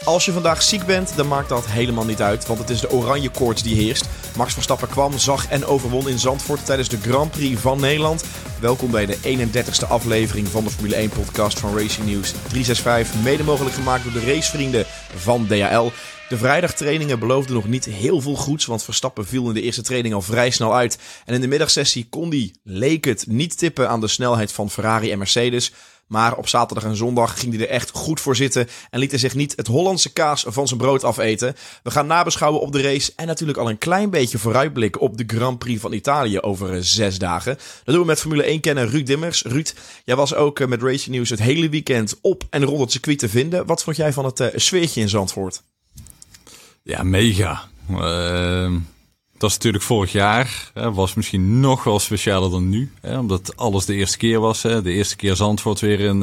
Als je vandaag ziek bent, dan maakt dat helemaal niet uit, want het is de oranje koorts die heerst. Max Verstappen kwam, zag en overwon in Zandvoort tijdens de Grand Prix van Nederland. Welkom bij de 31ste aflevering van de Formule 1 podcast van Racing News 365, mede mogelijk gemaakt door de racevrienden van DHL. De vrijdagtrainingen beloofden nog niet heel veel goeds, want Verstappen viel in de eerste training al vrij snel uit. En in de middagsessie kon hij, leek het, niet tippen aan de snelheid van Ferrari en Mercedes. Maar op zaterdag en zondag ging hij er echt goed voor zitten en liet hij zich niet het Hollandse kaas van zijn brood afeten. We gaan nabeschouwen op de race en natuurlijk al een klein beetje vooruitblikken op de Grand Prix van Italië over 6 dagen. Dat doen we met Formule 1-kenner Ruud Dimmers. Ruud, jij was ook met Racing News het hele weekend op en rond het circuit te vinden. Wat vond jij van het sfeertje in Zandvoort? Ja, mega. Dat is natuurlijk vorig jaar. Was misschien nog wel specialer dan nu. Omdat alles de eerste keer was. De eerste keer Zandvoort weer in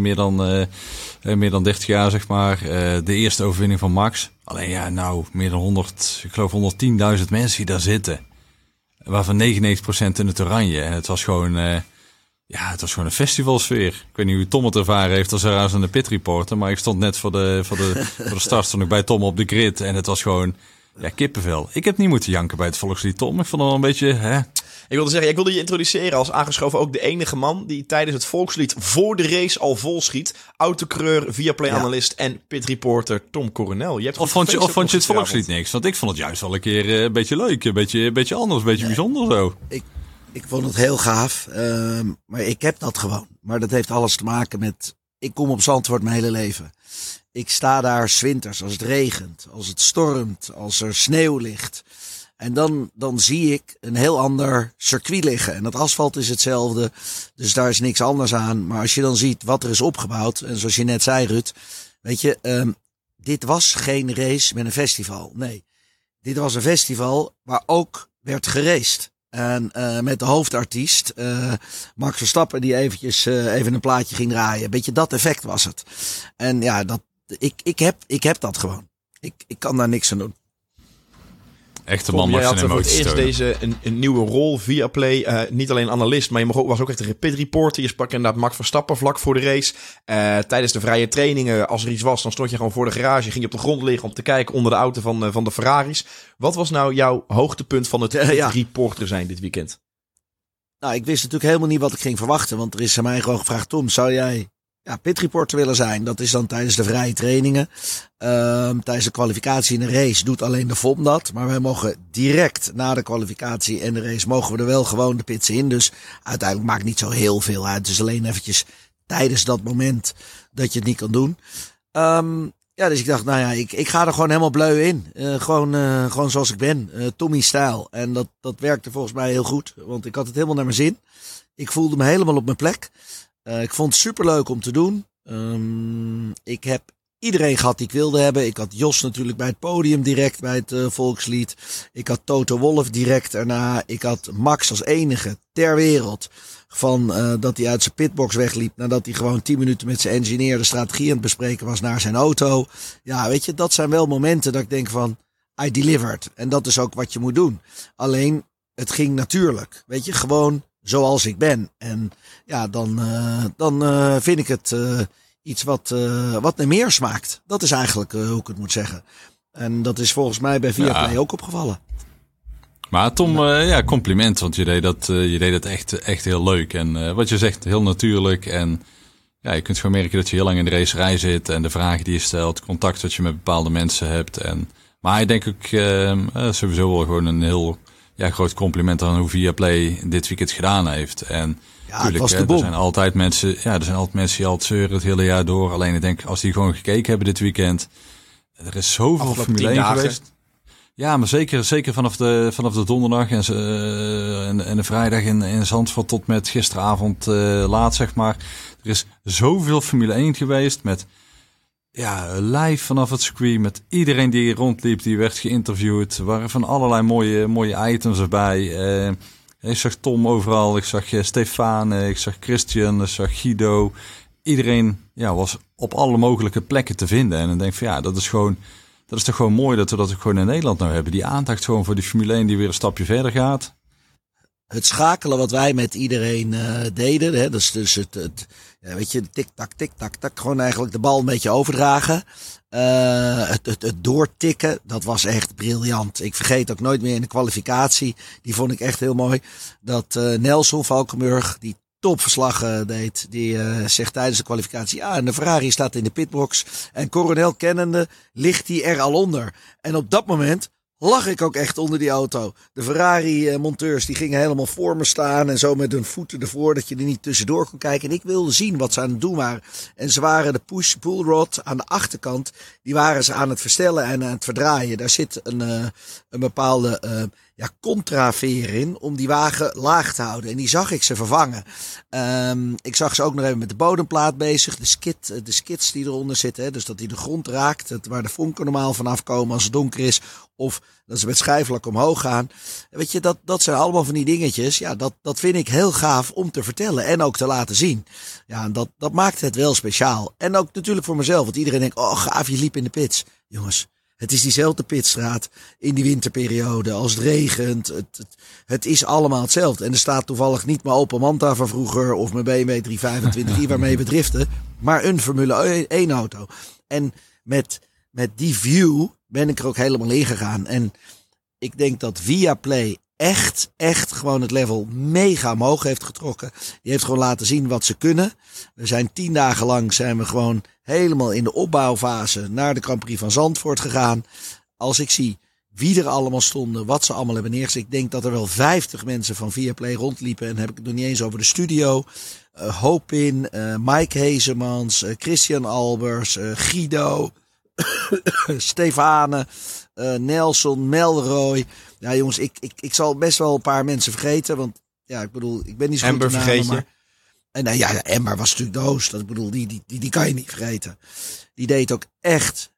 meer dan 30 jaar, zeg maar. De eerste overwinning van Max. Alleen ja, nou, meer dan 110.000 mensen die daar zitten. Waarvan 99% in het oranje. En het was gewoon... het was gewoon een festivalsfeer. Ik weet niet hoe Tom het ervaren heeft als er aan de pit reporter. Maar ik stond net voor de start stond ik bij Tom op de grid. En het was gewoon kippenvel. Ik heb niet moeten janken bij het volkslied, Tom. Ik vond het wel een beetje... Ik wilde zeggen, ik wilde je introduceren als aangeschoven ook de enige man die tijdens het volkslied voor de race al vol schiet. Autocoureur, Viaplay-analyst en pitreporter Tom Coronel. Of vond je het volkslied niks? Want ik vond het juist wel een keer een beetje leuk. Een beetje anders, een beetje bijzonder zo. Ik vond het heel gaaf, maar ik heb dat gewoon. Maar dat heeft alles te maken met... Ik kom op Zandvoort mijn hele leven. Ik sta daar 's winters als het regent, als het stormt, als er sneeuw ligt. En dan zie ik een heel ander circuit liggen. En dat asfalt is hetzelfde, dus daar is niks anders aan. Maar als je dan ziet wat er is opgebouwd, en zoals je net zei, Ruud, weet je, dit was geen race met een festival. Nee, dit was een festival waar ook werd geraced. En met de hoofdartiest, Max Verstappen, die even een plaatje ging draaien. Een beetje dat effect was het. En ja, ik heb dat gewoon. Ik kan daar niks aan doen. Echte man mag zijn emoties tonen. Jij had voor het eerst een nieuwe rol via Play. Niet alleen analist, maar je was ook echt een pit reporter. Je sprak inderdaad Max Verstappen vlak voor de race. Tijdens de vrije trainingen, als er iets was, dan stond je gewoon voor de garage. Ging je op de grond liggen om te kijken onder de auto van de Ferraris. Wat was nou jouw hoogtepunt van het reporter zijn dit weekend? Nou, ik wist natuurlijk helemaal niet wat ik ging verwachten. Want er is aan mij gewoon gevraagd, Tom, zou jij pitreporter willen zijn? Dat is dan tijdens de vrije trainingen. Tijdens de kwalificatie in de race doet alleen de FOM dat. Maar wij mogen direct na de kwalificatie en de race mogen we er wel gewoon de pits in. Dus uiteindelijk maakt niet zo heel veel uit. Dus alleen eventjes tijdens dat moment dat je het niet kan doen. Dus ik dacht, ik ga er gewoon helemaal bleu in. Gewoon zoals ik ben. Tommy-stijl. En dat werkte volgens mij heel goed. Want ik had het helemaal naar mijn zin. Ik voelde me helemaal op mijn plek. Ik vond het superleuk om te doen. Ik heb iedereen gehad die ik wilde hebben. Ik had Jos natuurlijk bij het podium direct bij het volkslied. Ik had Toto Wolff direct erna. Ik had Max als enige ter wereld van dat hij uit zijn pitbox wegliep nadat hij gewoon 10 minuten met zijn engineer de strategie aan het bespreken was naar zijn auto. Ja, weet je, dat zijn wel momenten dat ik denk van I delivered. En dat is ook wat je moet doen. Alleen, het ging natuurlijk. Weet je, gewoon zoals ik ben. En ja, dan vind ik het iets wat naar meer smaakt. Dat is eigenlijk hoe ik het moet zeggen. En dat is volgens mij bij Viaplay ook opgevallen. Maar Tom, compliment. Want je deed dat echt heel leuk. En wat je zegt, heel natuurlijk. En ja, je kunt gewoon merken dat je heel lang in de racerij zit. En de vragen die je stelt, contact dat je met bepaalde mensen hebt. Maar ik denk ook sowieso wel gewoon een heel groot compliment aan hoe Viaplay dit weekend gedaan heeft. En natuurlijk, er zijn altijd mensen die al zeuren het hele jaar door. Alleen ik denk, als die gewoon gekeken hebben dit weekend, er is zoveel Formule 1 geweest. Ja, maar zeker vanaf de donderdag en de vrijdag in Zandvoort tot met gisteravond laat, zeg maar. Er is zoveel Formule 1 geweest met live vanaf het circuit, met iedereen die rondliep, die werd geïnterviewd. Er waren van allerlei mooie items erbij. Ik zag Tom overal, ik zag Stefan, ik zag Christian, ik zag Guido. Iedereen was op alle mogelijke plekken te vinden. En dan denk ik van dat is toch gewoon mooi dat we dat ook gewoon in Nederland nou hebben. Die aandacht gewoon voor die Formule 1 die weer een stapje verder gaat. het schakelen wat wij met iedereen deden. Hè, dus weet je, tik-tak, tik-tak, gewoon eigenlijk de bal een beetje overdragen. Het doortikken, dat was echt briljant. Ik vergeet ook nooit meer in de kwalificatie, die vond ik echt heel mooi, dat Nelson Valkenburg, die topverslag deed, die zegt tijdens de kwalificatie, en de Ferrari staat in de pitbox en Coronel kennende ligt die er al onder. En op dat moment lag ik ook echt onder die auto. De Ferrari-monteurs die gingen helemaal voor me staan en zo met hun voeten ervoor dat je er niet tussendoor kon kijken. En ik wilde zien wat ze aan het doen waren. En ze waren de push-pull rod aan de achterkant, die waren ze aan het verstellen en aan het verdraaien. Daar zit een bepaalde contraveer in om die wagen laag te houden. En die zag ik ze vervangen. Ik zag ze ook nog even met de bodemplaat bezig. De skids die eronder zitten. Hè, dus dat die de grond raakt. Waar de vonken normaal vanaf komen als het donker is. Of dat ze met schijfvlak omhoog gaan. Weet je, dat zijn allemaal van die dingetjes. Ja, dat vind ik heel gaaf om te vertellen. En ook te laten zien. Ja, dat maakt het wel speciaal. En ook natuurlijk voor mezelf. Want iedereen denkt, oh gaaf, je liep in de pits. Jongens, het is diezelfde pitstraat in die winterperiode. Als het regent. Het is allemaal hetzelfde. En er staat toevallig niet mijn Opel Manta van vroeger. Of mijn BMW 325i waarmee we driften. Maar een Formule 1 auto. En met die view ben ik er ook helemaal in gegaan. En ik denk dat Viaplay echt gewoon het level mega omhoog heeft getrokken. Die heeft gewoon laten zien wat ze kunnen. We zijn 10 dagen lang gewoon helemaal in de opbouwfase naar de Grand Prix van Zandvoort gegaan. Als ik zie wie er allemaal stonden, wat ze allemaal hebben neergezet. Ik denk dat er wel 50 mensen van Viaplay rondliepen. En dan heb ik het nog niet eens over de studio. Hopin, Mike Hezemans, Christian Albers, Guido, Stefane, Nelson, Melroy. Ja jongens, ik zal best wel een paar mensen vergeten. Want ja, ik bedoel, ik ben niet zo goed Amber vergeet je. Maar... En Amber was natuurlijk de host. Ik bedoel, die kan je niet vergeten. Die deed ook echt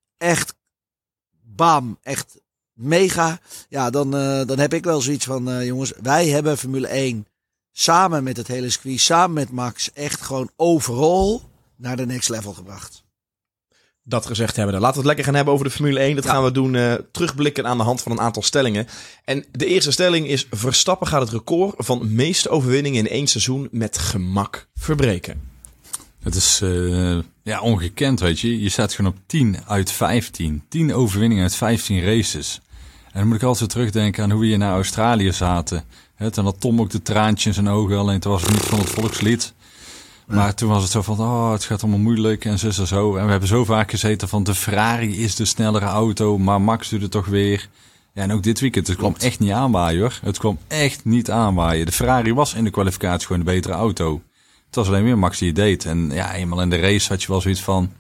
bam, echt mega. Ja, dan heb ik wel zoiets van, jongens, wij hebben Formule 1 samen met het hele circuit, samen met Max, echt gewoon overal naar de next level gebracht. Dat gezegd hebben. Laten we het lekker gaan hebben over de Formule 1. Dat gaan we doen terugblikken aan de hand van een aantal stellingen. En de eerste stelling is: Verstappen gaat het record van meeste overwinningen in 1 seizoen met gemak verbreken. Het is ongekend, weet je. Je staat gewoon op 10 uit 15. 10 overwinningen uit 15 races. En dan moet ik altijd terugdenken aan hoe we hier naar Australië zaten. Toen had Tom ook de traantjes in zijn ogen. Alleen toen was het niet van het volkslied. Maar toen was het zo van, het gaat allemaal moeilijk en zo. En we hebben zo vaak gezeten van, de Ferrari is de snellere auto, maar Max doet het toch weer. Ja, en ook dit weekend, het kwam echt niet aanwaaien hoor. Het kwam echt niet aanwaaien. De Ferrari was in de kwalificatie gewoon de betere auto. Het was alleen weer Max die het deed. En ja, eenmaal in de race had je wel zoiets van,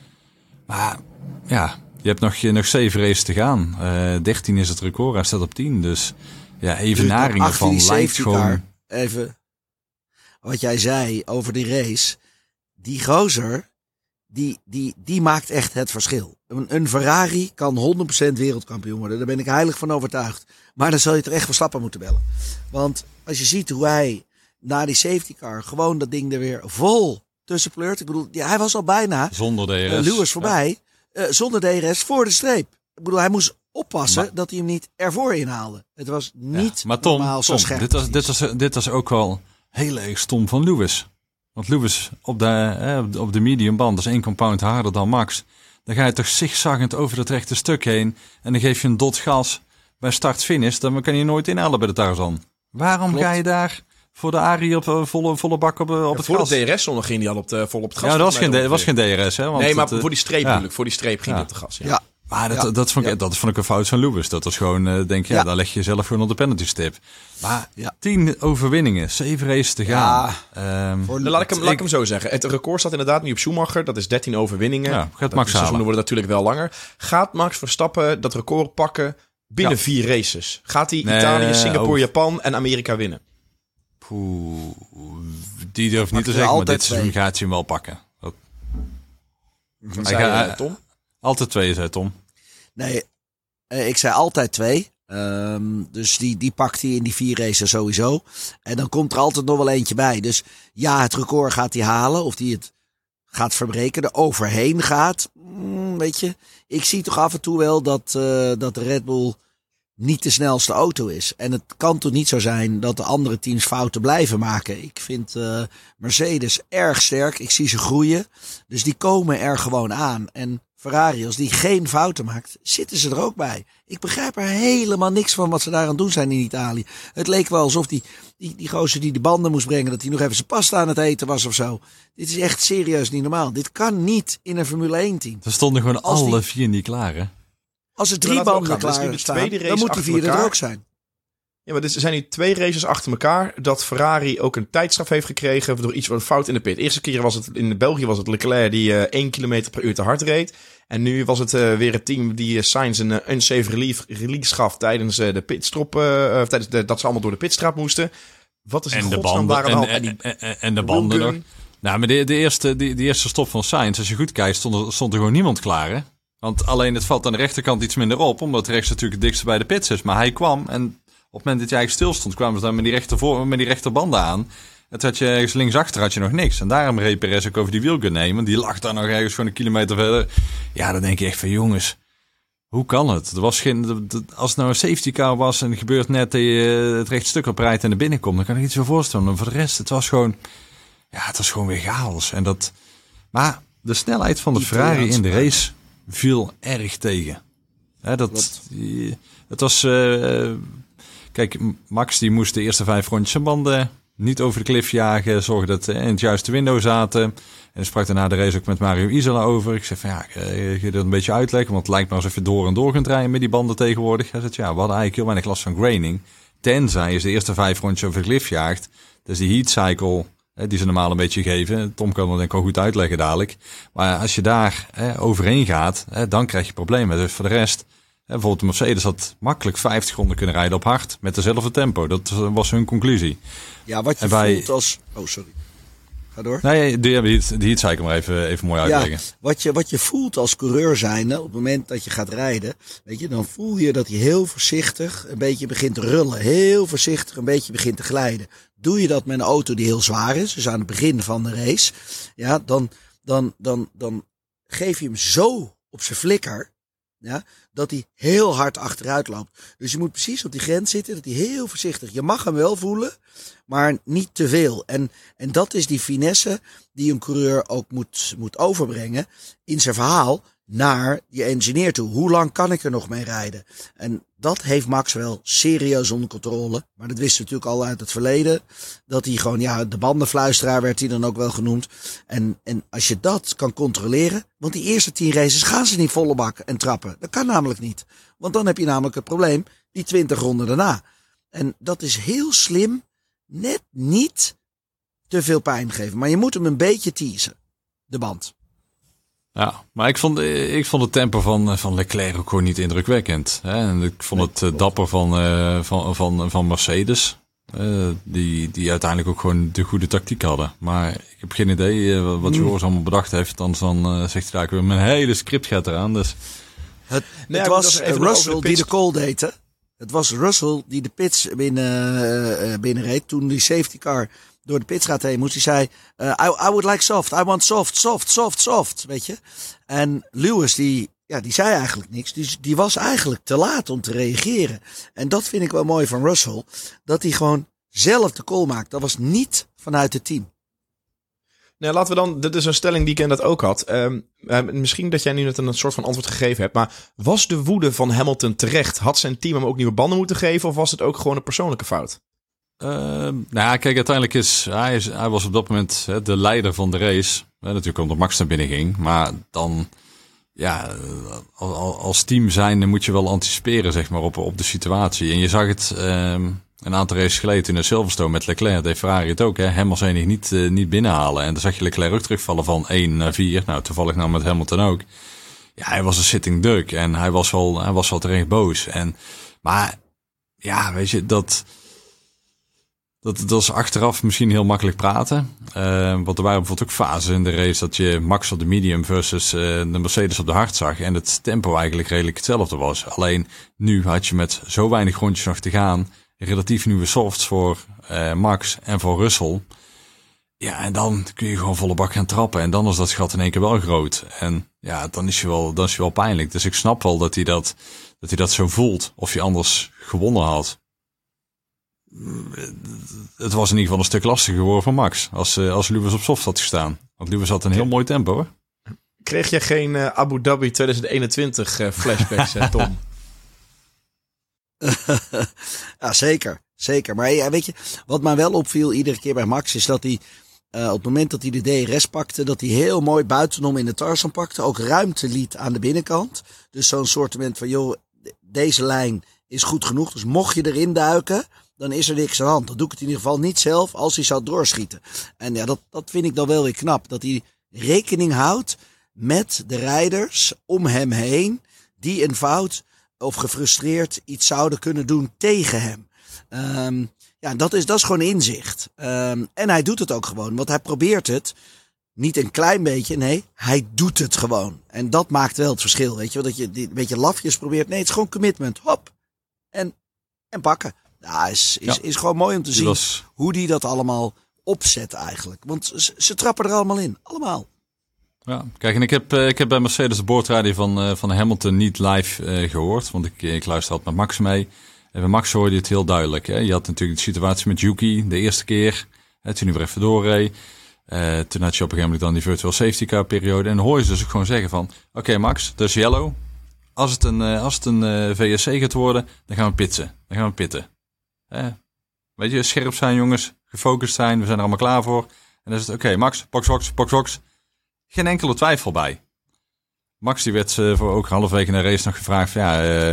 maar ja, je hebt nog 7 races te gaan. 13 is het record, hij staat op 10. Dus ja, evenaringen van lijkt gewoon... Even... Wat jij zei over die race. Die gozer, die maakt echt het verschil. Een Ferrari kan 100% wereldkampioen worden. Daar ben ik heilig van overtuigd. Maar dan zal je toch echt Verstappen moeten bellen. Want als je ziet hoe hij na die safety car gewoon dat ding er weer vol tussen pleurt. Ik bedoel, hij was al bijna zonder DRS. Lewis voorbij. Zonder DRS voor de streep. Ik bedoel, hij moest oppassen dat hij hem niet ervoor inhaalde. Het was niet maar Tom, normaal zo scherp. Dit was ook wel heel erg stom van Lewis. Want Lewis op de medium band is 1 compound harder dan Max. Dan ga je toch zigzaggend over het rechte stuk heen. En dan geef je een dot gas bij start-finish. Dan kan je nooit inhalen bij de Tarzan. Waarom ga je daar voor de Arie op volle bak op het voor gas? Voor de DRS-zone ging hij al vol op het gas. Ja, dat was geen DRS. Hè, want nee, maar voor die streep natuurlijk. Voor die streep ging hij op het gas. Ja. Maar dat vond ik een fout van Lewis. Dat was gewoon, daar leg je zelf gewoon op de penalty stip. Maar 10 overwinningen, 7 races te gaan. Laat ik hem zo zeggen. Het record staat inderdaad nu op Schumacher. Dat is 13 overwinningen. Ja, gaat Max de seizoenen worden natuurlijk wel langer. Gaat Max Verstappen dat record pakken binnen 4 races? Gaat hij Italië, Singapore, Japan en Amerika winnen? Die durf niet te zeggen, maar dit seizoen gaat hij hem wel pakken. Tom? Altijd 2, zei Tom. Nee, ik zei altijd 2. Dus die pakt hij in die 4 races sowieso. En dan komt er altijd nog wel eentje bij. Dus ja, het record gaat hij halen. Of hij het gaat verbreken, er overheen gaat. Weet je, ik zie toch af en toe wel dat de Red Bull niet de snelste auto is. En het kan toch niet zo zijn dat de andere teams fouten blijven maken. Ik vind Mercedes erg sterk. Ik zie ze groeien. Dus die komen er gewoon aan. En Ferrari, als die geen fouten maakt, zitten ze er ook bij. Ik begrijp er helemaal niks van wat ze daar aan doen zijn in Italië. Het leek wel alsof die gozer die de banden moest brengen, dat hij nog even zijn pasta aan het eten was of zo. Dit is echt serieus niet normaal. Dit kan niet in een Formule 1 team. Er stonden gewoon alle 4 niet klaar, hè? Als er 3 banden klaar staan, dan moet die 4 er ook zijn. Ja, maar er zijn nu 2 races achter elkaar dat Ferrari ook een tijdstraf heeft gekregen door iets van een fout in de pit. De eerste keer was het in België was het Leclerc die 1 km per uur te hard reed. En nu was het weer het team die Sainz een unsafe release gaf tijdens de pitstop, dat ze allemaal door de pitstraat moesten. Wat is en de banden en de banden nog. Nou, maar de eerste stop van Sainz, als je goed kijkt, stond er gewoon niemand klaar, hè? Want alleen het valt aan de rechterkant iets minder op, omdat rechts natuurlijk het dichtst bij de pits is. Maar hij kwam en op het moment dat jij eigenlijk stil stond, kwamen ze dan met die rechterbanden aan. En toen had je ergens linksachter had je nog niks. En daarom reed Perez ook over die wielgun heen, want die lag daar nog ergens gewoon een kilometer verder. Ja, dan denk je echt van jongens, hoe kan het? Er was als het nou een safety car was en er gebeurt net dat je het rechtstuk oprijdt en er binnenkomt, dan kan ik iets zo voorstellen. Maar voor de rest, het was gewoon weer chaos. Maar de snelheid van de Ferrari in de race viel erg tegen. Het was... kijk, Max die moest de eerste 5 rondjes zijn banden niet over de klif jagen. Zorgde dat ze in het juiste window zaten. En ik sprak daarna de race ook met Mario Isola over. Ik zei van ga je dat een beetje uitleggen? Want het lijkt me alsof je door en door kunt rijden met die banden tegenwoordig. Hij zei we hadden eigenlijk heel weinig last van graining. Tenzij je de eerste 5 rondjes over de klif jaagt. Dus die heat cycle... die ze normaal een beetje geven. Tom kan dat denk ik al goed uitleggen dadelijk. Maar als je daar overheen gaat, dan krijg je problemen. Dus voor de rest, bijvoorbeeld de Mercedes had makkelijk 50 ronden kunnen rijden op hard. Met dezelfde tempo. Dat was hun conclusie. Ja, wat je voelt als... Oh, sorry. Ga door. Nee, die heat cycle maar even mooi uitleggen. Ja, wat je voelt als coureur zijnde, op het moment dat je gaat rijden, weet je, dan voel je dat hij heel voorzichtig een beetje begint te rullen. Heel voorzichtig een beetje begint te glijden. Doe je dat met een auto die heel zwaar is, dus aan het begin van de race, ja, dan geef je hem zo op zijn flikker, ja, dat hij heel hard achteruit loopt. Dus je moet precies op die grens zitten, dat hij heel voorzichtig, je mag hem wel voelen, maar niet te veel. En dat is die finesse die een coureur ook moet overbrengen in zijn verhaal naar die engineer toe. Hoe lang kan ik er nog mee rijden? En dat heeft Max wel serieus onder controle. Maar dat wist natuurlijk al uit het verleden. Dat hij gewoon, de bandenfluisteraar werd hij dan ook wel genoemd. En als je dat kan controleren. Want die eerste 10 races gaan ze niet volle bak en trappen. Dat kan namelijk niet. Want dan heb je namelijk het probleem die 20 ronden daarna. En dat is heel slim. Net niet te veel pijn geven. Maar je moet hem een beetje teasen. De band. Ja, maar ik vond het tempo van Leclerc ook gewoon niet indrukwekkend. Hè? En ik vond het dapper van Mercedes. Die uiteindelijk ook gewoon de goede tactiek hadden. Maar ik heb geen idee wat George allemaal bedacht heeft. Anders dan zegt hij daar weer mijn hele script gaat eraan. Dus. Het was Russell die de call deed, hè? Het was Russell die de pits binnenreed toen die safety car door de pitstraat heen moest. Die zei, I would like soft. I want soft. Weet je? En Lewis die zei eigenlijk niks. Die was eigenlijk te laat om te reageren. En dat vind ik wel mooi van Russell. Dat hij gewoon zelf de call maakt. Dat was niet vanuit het team. Nou, laten we dan, dit is een stelling die ik dat ook had. Misschien dat jij nu net een soort van antwoord gegeven hebt. Maar was de woede van Hamilton terecht? Had zijn team hem ook nieuwe banden moeten geven? Of was het ook gewoon een persoonlijke fout? Kijk, uiteindelijk hij was op dat moment de leider van de race. Natuurlijk omdat Max naar binnen ging. Maar dan, als team zijnde moet je wel anticiperen, zeg maar, op de situatie. En je zag het een aantal races geleden in de Silverstone met Leclerc. Deed Ferrari het ook, hè. Hamilton niet binnenhalen. En dan zag je Leclerc ook terugvallen van 1 naar 4. Nou, toevallig nou met Hamilton ook. Ja, hij was een sitting duck. En hij was wel terecht boos. Maar ja, weet je, dat is achteraf misschien heel makkelijk praten. Want er waren bijvoorbeeld ook fases in de race dat je Max op de medium versus de Mercedes op de hard zag. En het tempo eigenlijk redelijk hetzelfde was. Alleen nu had je met zo weinig rondjes nog te gaan relatief nieuwe softs voor Max en voor Russell. Ja, en dan kun je gewoon volle bak gaan trappen. En dan is dat gat in één keer wel groot. En ja, dan is je wel pijnlijk. Dus ik snap wel dat hij dat zo voelt. Of je anders gewonnen had. Het was in ieder geval een stuk lastiger geworden voor Max. Als Lewis op soft had gestaan. Want Lewis had een heel mooi tempo, hoor. Kreeg je geen Abu Dhabi 2021 flashbacks, Tom? Ja, zeker. Zeker. Maar ja, weet je, wat mij wel opviel iedere keer bij Max is dat hij op het moment dat hij de DRS pakte, dat hij heel mooi buitenom in de Tarzan pakte. Ook ruimte liet aan de binnenkant. Dus zo'n soortement van, joh, deze lijn is goed genoeg. Dus mocht je erin duiken, dan is er niks aan de hand. Dan doe ik het in ieder geval niet zelf als hij zou doorschieten. En ja, dat vind ik dan wel weer knap. Dat hij rekening houdt met de rijders om hem heen die een fout of gefrustreerd iets zouden kunnen doen tegen hem. Ja, dat is gewoon inzicht. En hij doet het ook gewoon. Want hij probeert het niet een klein beetje. Nee, hij doet het gewoon. En dat maakt wel het verschil. Weet je wel, dat je een beetje lafjes probeert. Nee, het is gewoon commitment. Hop. En pakken. Ja, is gewoon mooi om te zien hoe die dat allemaal opzet eigenlijk. Want ze trappen er allemaal in. Allemaal. Ja, kijk, en ik heb bij Mercedes de boordradio van Hamilton niet live gehoord. Want ik luister altijd met Max mee. En bij Max hoorde je het heel duidelijk. Hè? Je had natuurlijk de situatie met Yuki de eerste keer. Toen hij weer even doorreed. Toen had je op een gegeven moment dan die virtual safety car periode. En dan hoor je ze dus ook gewoon zeggen van... Oké, Max, dat is yellow. Als het een VSC gaat worden, dan gaan we pitten. Weet je, scherp zijn jongens. Gefocust zijn. We zijn er allemaal klaar voor. En dan is het oké, Max, box. Geen enkele twijfel bij. Max die werd voor ook halverwege in de race nog gevraagd van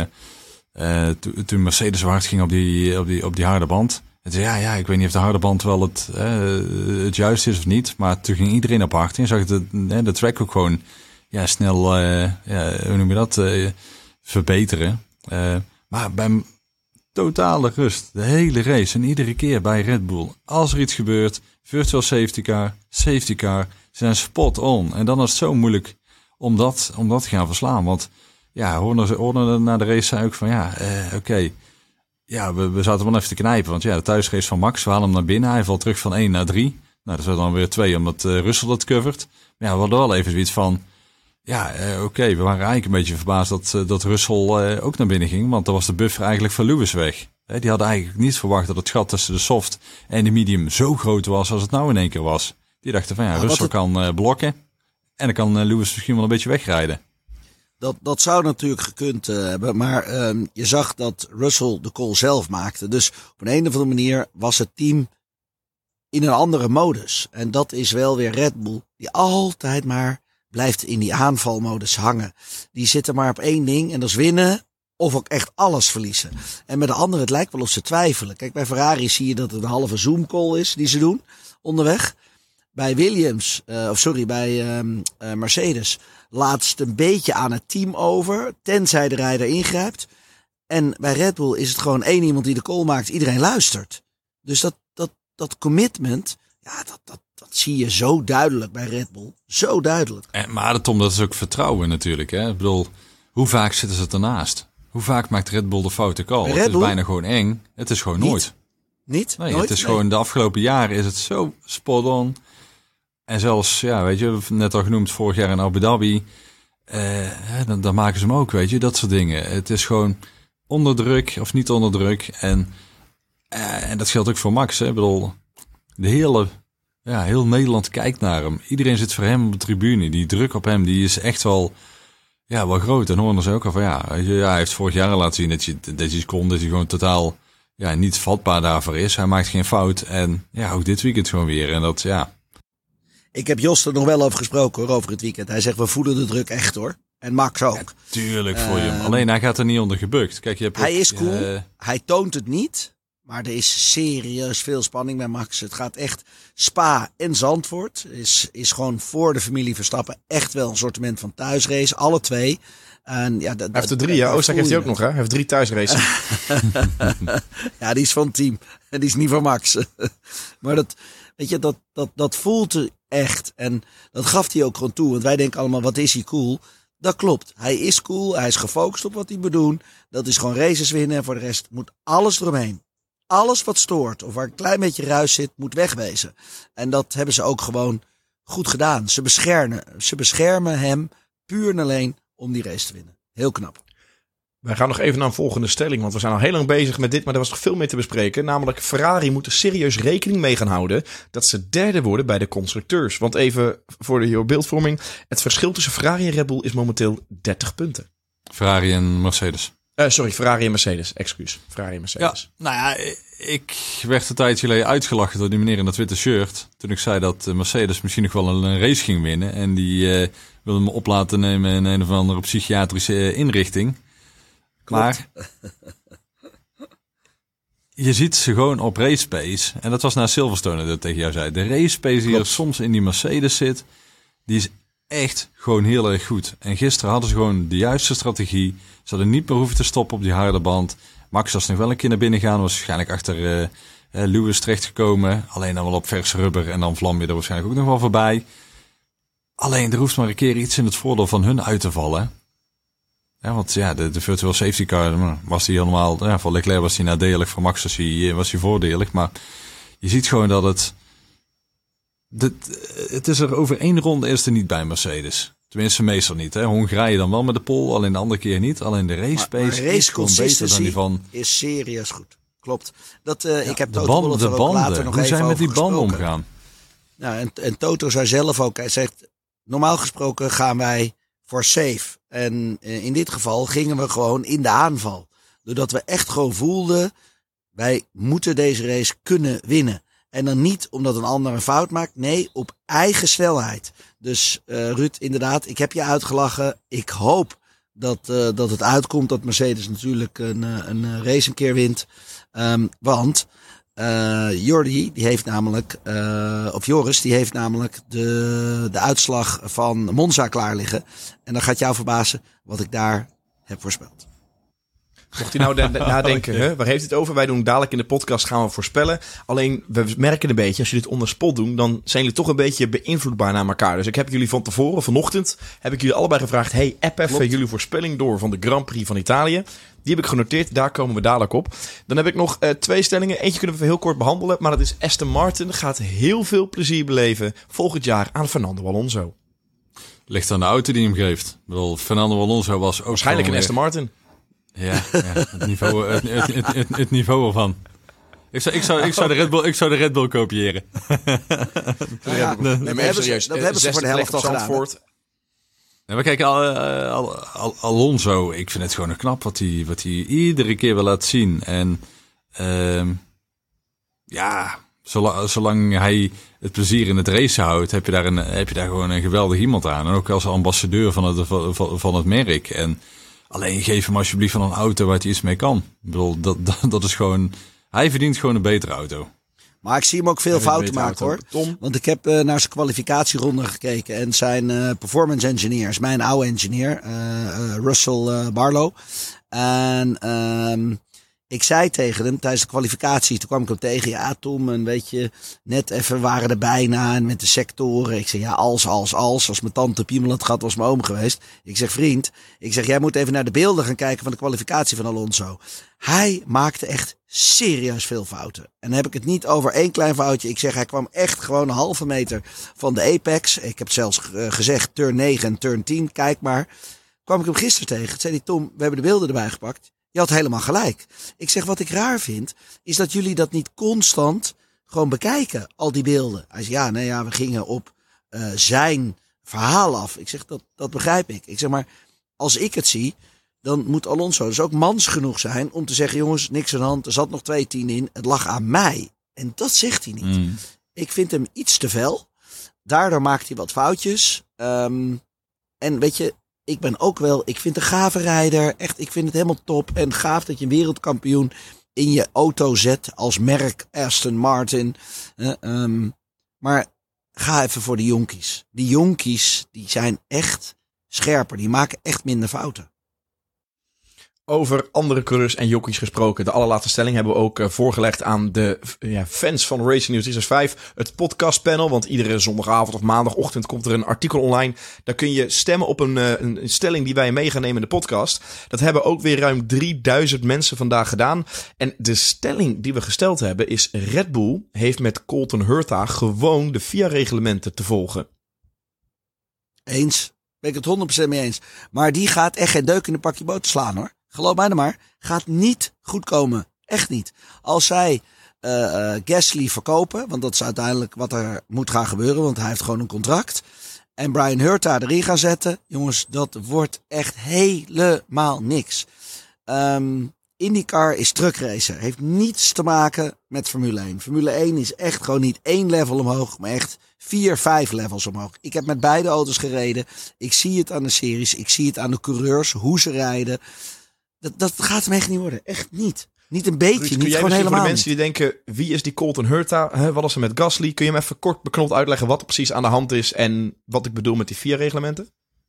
toen Mercedes zo hard ging op die harde band. En zei ja, ik weet niet of de harde band wel het juiste is of niet. Maar toen ging iedereen op hard en zag de track ook gewoon snel, hoe noem je dat, verbeteren. Maar bij totale rust, de hele race en iedere keer bij Red Bull. Als er iets gebeurt, virtual safety car, ze zijn spot on. En dan is het zo moeilijk om dat te gaan verslaan. Want ja, hoorden na de race zei ook van oké. Ja, we zaten wel even te knijpen. Want ja, de thuisrace van Max, we halen hem naar binnen. Hij valt terug van 1 naar 3. Nou, dat is dan weer 2 omdat Russell dat covert. Maar ja, we hadden wel even zoiets van... oké, we waren eigenlijk een beetje verbaasd dat Russell ook naar binnen ging. Want dan was de buffer eigenlijk van Lewis weg. Die hadden eigenlijk niet verwacht dat het gat tussen de soft en de medium zo groot was als het nou in één keer was. Die dachten van Russell kan blokken. En dan kan Lewis misschien wel een beetje wegrijden. Dat zou natuurlijk gekund hebben, maar je zag dat Russell de call zelf maakte. Dus op een of andere manier was het team in een andere modus. En dat is wel weer Red Bull, die altijd maar blijft in die aanvalmodus hangen. Die zitten maar op één ding en dat is winnen of ook echt alles verliezen. En met de anderen, het lijkt wel of ze twijfelen. Kijk, bij Ferrari zie je dat het een halve Zoom call is die ze doen onderweg. Bij bij Mercedes laat het een beetje aan het team over, tenzij de rijder ingrijpt. En bij Red Bull is het gewoon één iemand die de call maakt, iedereen luistert. Dus dat commitment, ja, dat zie je zo duidelijk bij Red Bull. Zo duidelijk. Maar Tom, dat is ook vertrouwen natuurlijk. Hè? Ik bedoel, hoe vaak zitten ze ernaast? Hoe vaak maakt Red Bull de foute call? Het is bijna gewoon eng. Het is gewoon nooit. Niet? Nee, nooit? Het is gewoon de afgelopen jaren is het zo spot on. En zelfs, weet je, net al genoemd vorig jaar in Abu Dhabi. Dan maken ze hem ook, weet je, dat soort dingen. Het is gewoon onder druk of niet onder druk. En dat geldt ook voor Max. Hè. Ik bedoel, heel Nederland kijkt naar hem. Iedereen zit voor hem op de tribune. Die druk op hem, die is echt wel groot. En horen ze ook al van, hij heeft vorig jaar al laten zien dat hij gewoon totaal niet vatbaar daarvoor is. Hij maakt geen fout. En ook dit weekend gewoon weer. En dat, Ik heb Jos er nog wel over gesproken hoor, over het weekend. Hij zegt, we voelen de druk echt hoor. En Max ook. Ja, tuurlijk voor je hem. Alleen hij gaat er niet onder gebukt. Kijk, hij is cool. Hij toont het niet. Maar er is serieus veel spanning bij Max. Het gaat echt Spa en Zandvoort. Is gewoon voor de familie Verstappen echt wel een soortement van thuisrace. Alle twee. En hij heeft er 3, ja. Oostenrijk heeft hij ook nog, hè? Hij heeft 3 thuisraces. Ja, die is van het team. En die is niet van Max. Maar dat voelt er echt. En dat gaf hij ook gewoon toe. Want wij denken allemaal, wat is hij cool? Dat klopt. Hij is cool. Hij is gefocust op wat hij moet doen. Dat is gewoon races winnen. En voor de rest moet alles eromheen. alles wat stoort of waar een klein beetje ruis zit, moet wegwezen. En dat hebben ze ook gewoon goed gedaan. Ze beschermen hem puur en alleen om die race te winnen. Heel knap. Wij gaan nog even naar een volgende stelling, want we zijn al heel lang bezig met dit, maar er was nog veel meer te bespreken. Namelijk, Ferrari moet er serieus rekening mee gaan houden dat ze derde worden bij de constructeurs. Want even voor de beeldvorming, het verschil tussen Ferrari en Red Bull is momenteel 30 punten. Ferrari en Mercedes. Ferrari en Mercedes, excuus. Ferrari en Mercedes. Ja, nou ja, ik werd een tijdje geleden uitgelachen door die meneer in dat witte shirt. Toen ik zei dat Mercedes misschien nog wel een race ging winnen. En die wilde me op laten nemen in een of andere psychiatrische inrichting. Klopt. Maar je ziet ze gewoon op race pace. En dat was na Silverstone dat tegen jou zei. De race pace die er soms in die Mercedes zit, die is echt gewoon heel erg goed. En gisteren hadden ze gewoon de juiste strategie. Ze hadden niet meer hoeven te stoppen op die harde band. Max was nog wel een keer naar binnen gaan. Was waarschijnlijk achter Lewis terechtgekomen. Alleen dan wel op vers rubber. En dan vlam je er waarschijnlijk ook nog wel voorbij. Alleen er hoeft maar een keer iets in het voordeel van hun uit te vallen. Ja, want ja, de virtual safety car was die helemaal... Ja, voor Leclerc was die nadelig. Voor Max was die voordelig. Maar je ziet gewoon dat het is er over 1 ronde is er niet bij Mercedes. Tenminste, meestal niet. Hè. Hongarije dan wel met de pole, alleen de andere keer niet. Alleen de race pace is gewoon beter dan die van... is serieus goed. Klopt. Ik heb de Toto Wolff er ook later nog hoe even zij met die over banden gesproken. omgaan. Nou, en Toto zei zelf ook, hij zegt, normaal gesproken gaan wij voor safe. En in dit geval gingen we gewoon in de aanval. Doordat we echt gewoon voelden, wij moeten deze race kunnen winnen. En dan niet omdat een ander een fout maakt. Nee, op eigen snelheid. Dus Ruud, inderdaad, ik heb je uitgelachen. Ik hoop dat het uitkomt dat Mercedes natuurlijk een race een keer wint. Want Jordi, die heeft namelijk, of Joris, die heeft namelijk de uitslag van Monza klaar liggen. En dan gaat jou verbazen wat ik daar heb voorspeld. Mocht hij nou nadenken, hè? Waar heeft het over? Wij doen dadelijk in de podcast gaan we voorspellen. Alleen, we merken een beetje, als jullie dit onder spot doen, dan zijn jullie toch een beetje beïnvloedbaar naar elkaar. Dus ik heb jullie van tevoren, vanochtend, heb ik jullie allebei gevraagd, hey, app even jullie voorspelling door van de Grand Prix van Italië. Die heb ik genoteerd, daar komen we dadelijk op. Dan heb ik nog 2 stellingen. Eentje kunnen we heel kort behandelen, maar dat is Aston Martin gaat heel veel plezier beleven volgend jaar aan Fernando Alonso. Ligt aan de auto die hem geeft. Ik bedoel, Fernando Alonso was ook waarschijnlijk een Aston Martin. Ja, het niveau ervan. Ik zou de Red Bull kopiëren. Ja, dat hebben ze voor de helft al gedaan. Ja, maar kijk, Alonso, ik vind het gewoon knap wat hij iedere keer wil laten zien. En ja, zolang hij het plezier in het racen houdt, heb je daar gewoon een geweldig iemand aan. En ook als ambassadeur van het merk. En alleen geef hem alsjeblieft van een auto waar hij iets mee kan. Ik bedoel, dat is gewoon... Hij verdient gewoon een betere auto. Maar ik zie hem ook veel fouten maken, hoor. Tom? Want ik heb naar zijn kwalificatieronde gekeken. En zijn performance engineer is mijn oude engineer. Russell Barlow. En ik zei tegen hem tijdens de kwalificatie, toen kwam ik hem tegen. Ja, Tom, een beetje, net even waren er bijna en met de sectoren. Ik zeg, ja, als mijn tante piemel had gehad, was mijn oom geweest. Ik zeg, vriend, jij moet even naar de beelden gaan kijken van de kwalificatie van Alonso. Hij maakte echt serieus veel fouten. En dan heb ik het niet over 1 klein foutje. Ik zeg, hij kwam echt gewoon een halve meter van de apex. Ik heb zelfs gezegd, turn 9 en turn 10, kijk maar. Kwam ik hem gisteren tegen. Toen zei hij, Tom, we hebben de beelden erbij gepakt. Je had helemaal gelijk. Ik zeg, wat ik raar vind, is dat jullie dat niet constant gewoon bekijken, al die beelden. Hij zei, we gingen op zijn verhaal af. Ik zeg, dat begrijp ik. Ik zeg, maar als ik het zie, dan moet Alonso dus ook mans genoeg zijn om te zeggen, jongens, niks aan de hand, er zat nog 2 tienden in, het lag aan mij. En dat zegt hij niet. Ik vind hem iets te fel. Daardoor maakt hij wat foutjes. En weet je, ik vind een gave rijder. Echt, ik vind het helemaal top. En gaaf dat je een wereldkampioen in je auto zet als merk Aston Martin. Maar ga even voor de jonkies. Die jonkies, die zijn echt scherper. Die maken echt minder fouten. Over andere coureurs en jockeys gesproken. De allerlaatste stelling hebben we ook voorgelegd aan de fans van Racing News 365. Het podcastpanel, want iedere zondagavond of maandagochtend komt er een artikel online. Daar kun je stemmen op een stelling die wij mee gaan nemen in de podcast. Dat hebben ook weer ruim 3000 mensen vandaag gedaan. En de stelling die we gesteld hebben is: Red Bull heeft met Colton Herta gewoon de FIA-reglementen te volgen. Eens. Ben ik het 100% mee eens. Maar die gaat echt geen deuk in een pakje boter slaan, hoor. Geloof mij dan maar. Gaat niet goed komen. Echt niet. Als zij Gasly verkopen, want dat is uiteindelijk wat er moet gaan gebeuren, want hij heeft gewoon een contract. En Brian Herta erin gaan zetten. Jongens, dat wordt echt helemaal niks. IndyCar is truckracer. Heeft niets te maken met Formule 1. Formule 1 is echt gewoon niet 1 level omhoog, maar echt 4, 5 levels omhoog. Ik heb met beide auto's gereden. Ik zie het aan de series. Ik zie het aan de coureurs, hoe ze rijden. Dat gaat hem echt niet worden. Echt niet. Niet een beetje. Ruud, niet gewoon helemaal. Voor de mensen die denken, wie is die Colton Herta? Wat is er met Gasly? Kun je hem even kort beknopt uitleggen wat er precies aan de hand is en wat ik bedoel met die 4 reglementen?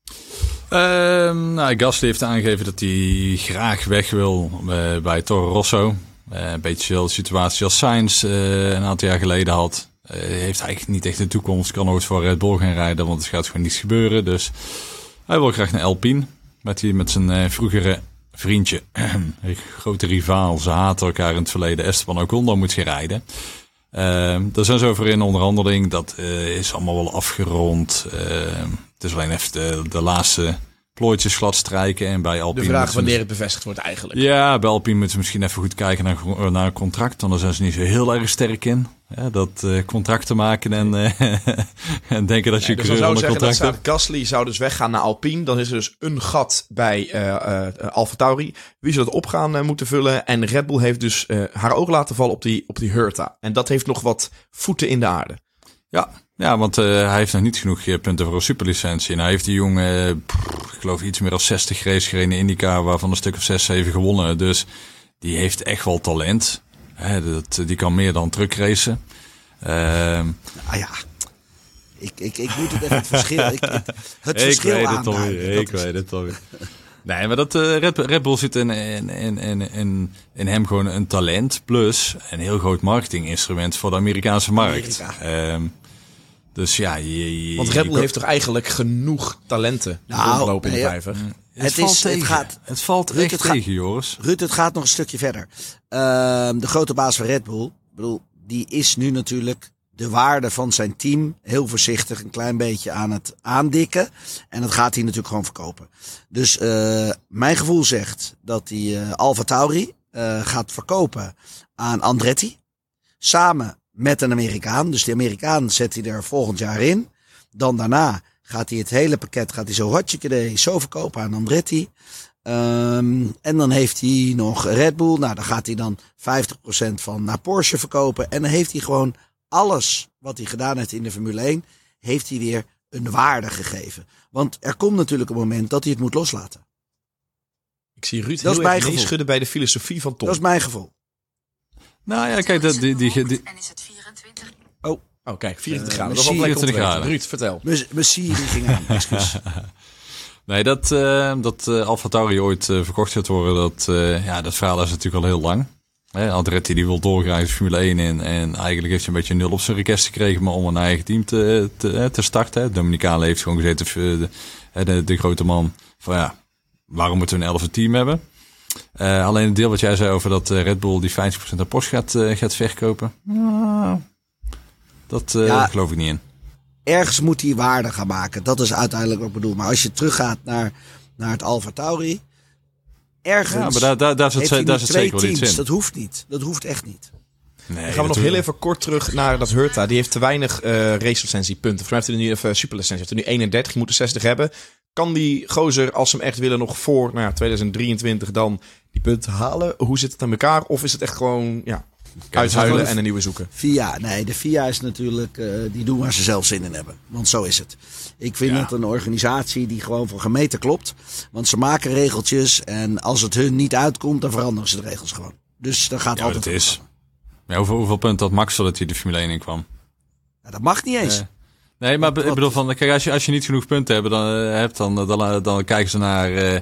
Gasly heeft aangegeven dat hij graag weg wil bij Toro Rosso. Een beetje dezelfde situatie als Sainz een aantal jaar geleden had. Heeft eigenlijk niet echt een toekomst. Kan nooit voor Red Bull gaan rijden, want het gaat gewoon niets gebeuren. Dus hij wil graag naar Alpine. Met zijn vroegere vriendje, een grote rivaal. Ze haten elkaar in het verleden. Esteban Ocon dan moet gaan rijden. Daar zijn ze over in onderhandeling. Dat is allemaal wel afgerond. Het is alleen even de laatste plooitjes glad strijken. En bij Alpine de vraag wanneer het bevestigd wordt eigenlijk. Ja, bij Alpine moeten ze misschien even goed kijken naar een contract. Want daar zijn ze niet zo heel erg sterk in. Ja, dat contract te maken en denken dat je dus coureur onder contract hebt. Gasly zou dus weggaan naar Alpine. Dan is er dus een gat bij AlphaTauri. Wie zou het op gaan moeten vullen? En Red Bull heeft dus haar oog laten vallen op die Herta. En dat heeft nog wat voeten in de aarde. Ja, want hij heeft nog niet genoeg punten voor een superlicentie. En hij heeft die jongen, ik geloof iets meer dan 60 races gereden in IndyCar, waarvan een stuk of 6, 7 gewonnen. Dus die heeft echt wel talent. Die kan meer dan truckracen. Ik moet het even het verschil. Het verschil aanduiden. Ik weet het toch weer. Nee, maar dat Red Bull zit in hem gewoon een talent plus een heel groot marketinginstrument voor de Amerikaanse markt. Dus ja, want Red Bull heeft toch eigenlijk genoeg talenten rondlopen in de vijver. Het valt echt tegen, Joris. Ruud, het gaat nog een stukje verder. De grote baas van Red Bull, die is nu natuurlijk de waarde van zijn team heel voorzichtig een klein beetje aan het aandikken. En dat gaat hij natuurlijk gewoon verkopen. Dus mijn gevoel zegt dat hij AlphaTauri gaat verkopen aan Andretti. Samen met een Amerikaan. Dus die Amerikaan zet hij er volgend jaar in. Dan daarna gaat hij het hele pakket zo verkopen aan Andretti. En dan heeft hij nog Red Bull. Nou, dan gaat hij dan 50% van naar Porsche verkopen. En dan heeft hij gewoon alles wat hij gedaan heeft in de Formule 1, heeft hij weer een waarde gegeven. Want er komt natuurlijk een moment dat hij het moet loslaten. Ik zie Ruud heel erg meeschudden bij de filosofie van Tom. Dat is mijn gevoel. Nou ja, kijk, en is het 24? Oh, kijk, 24 graden. Dat is wel 24 graden. Ruud, vertel. Mijn Siri ging aan, excuus. Nee, dat AlphaTauri ooit verkocht gaat worden, dat verhaal is natuurlijk al heel lang. Andretti die wil doorgaan in Formule 1 in. En eigenlijk heeft hij een beetje 0 op zijn request gekregen, maar om een eigen team te starten. Dominicale heeft gewoon gezeten, de grote man, van ja, waarom moeten we een 11e team hebben? Alleen het deel wat jij zei over dat Red Bull die 50% aan Porsche gaat verkopen. Dat geloof ik niet in. Ergens moet hij waarde gaan maken. Dat is uiteindelijk wat ik bedoel. Maar als je teruggaat naar het AlphaTauri, ergens maar daar zit zeker wel iets in. Dat hoeft niet. Dat hoeft echt niet. Nee, dan gaan we nog heel even kort terug naar dat Herta. Die heeft te weinig racelicentiepunten. Voor mij heeft hij nu even superlicentie. Hij heeft er nu 31, je moet er 60 hebben. Kan die gozer, als ze hem echt willen, nog voor 2023 dan die punten halen? Hoe zit het aan elkaar? Of is het echt gewoon uithuilen en een nieuwe zoeken? De FIA is natuurlijk, die doen waar ze zelf zin in hebben. Want zo is het. Ik vind het een organisatie die gewoon voor gemeten klopt. Want ze maken regeltjes en als het hun niet uitkomt, dan veranderen ze de regels gewoon. Dus dan gaat altijd. Dat is. Ja, hoeveel punten had Max zodat hij de Formule 1 in kwam? Ja, dat mag niet eens. Nee, maar ik bedoel, kijk, als je niet genoeg punten hebt, dan kijken ze naar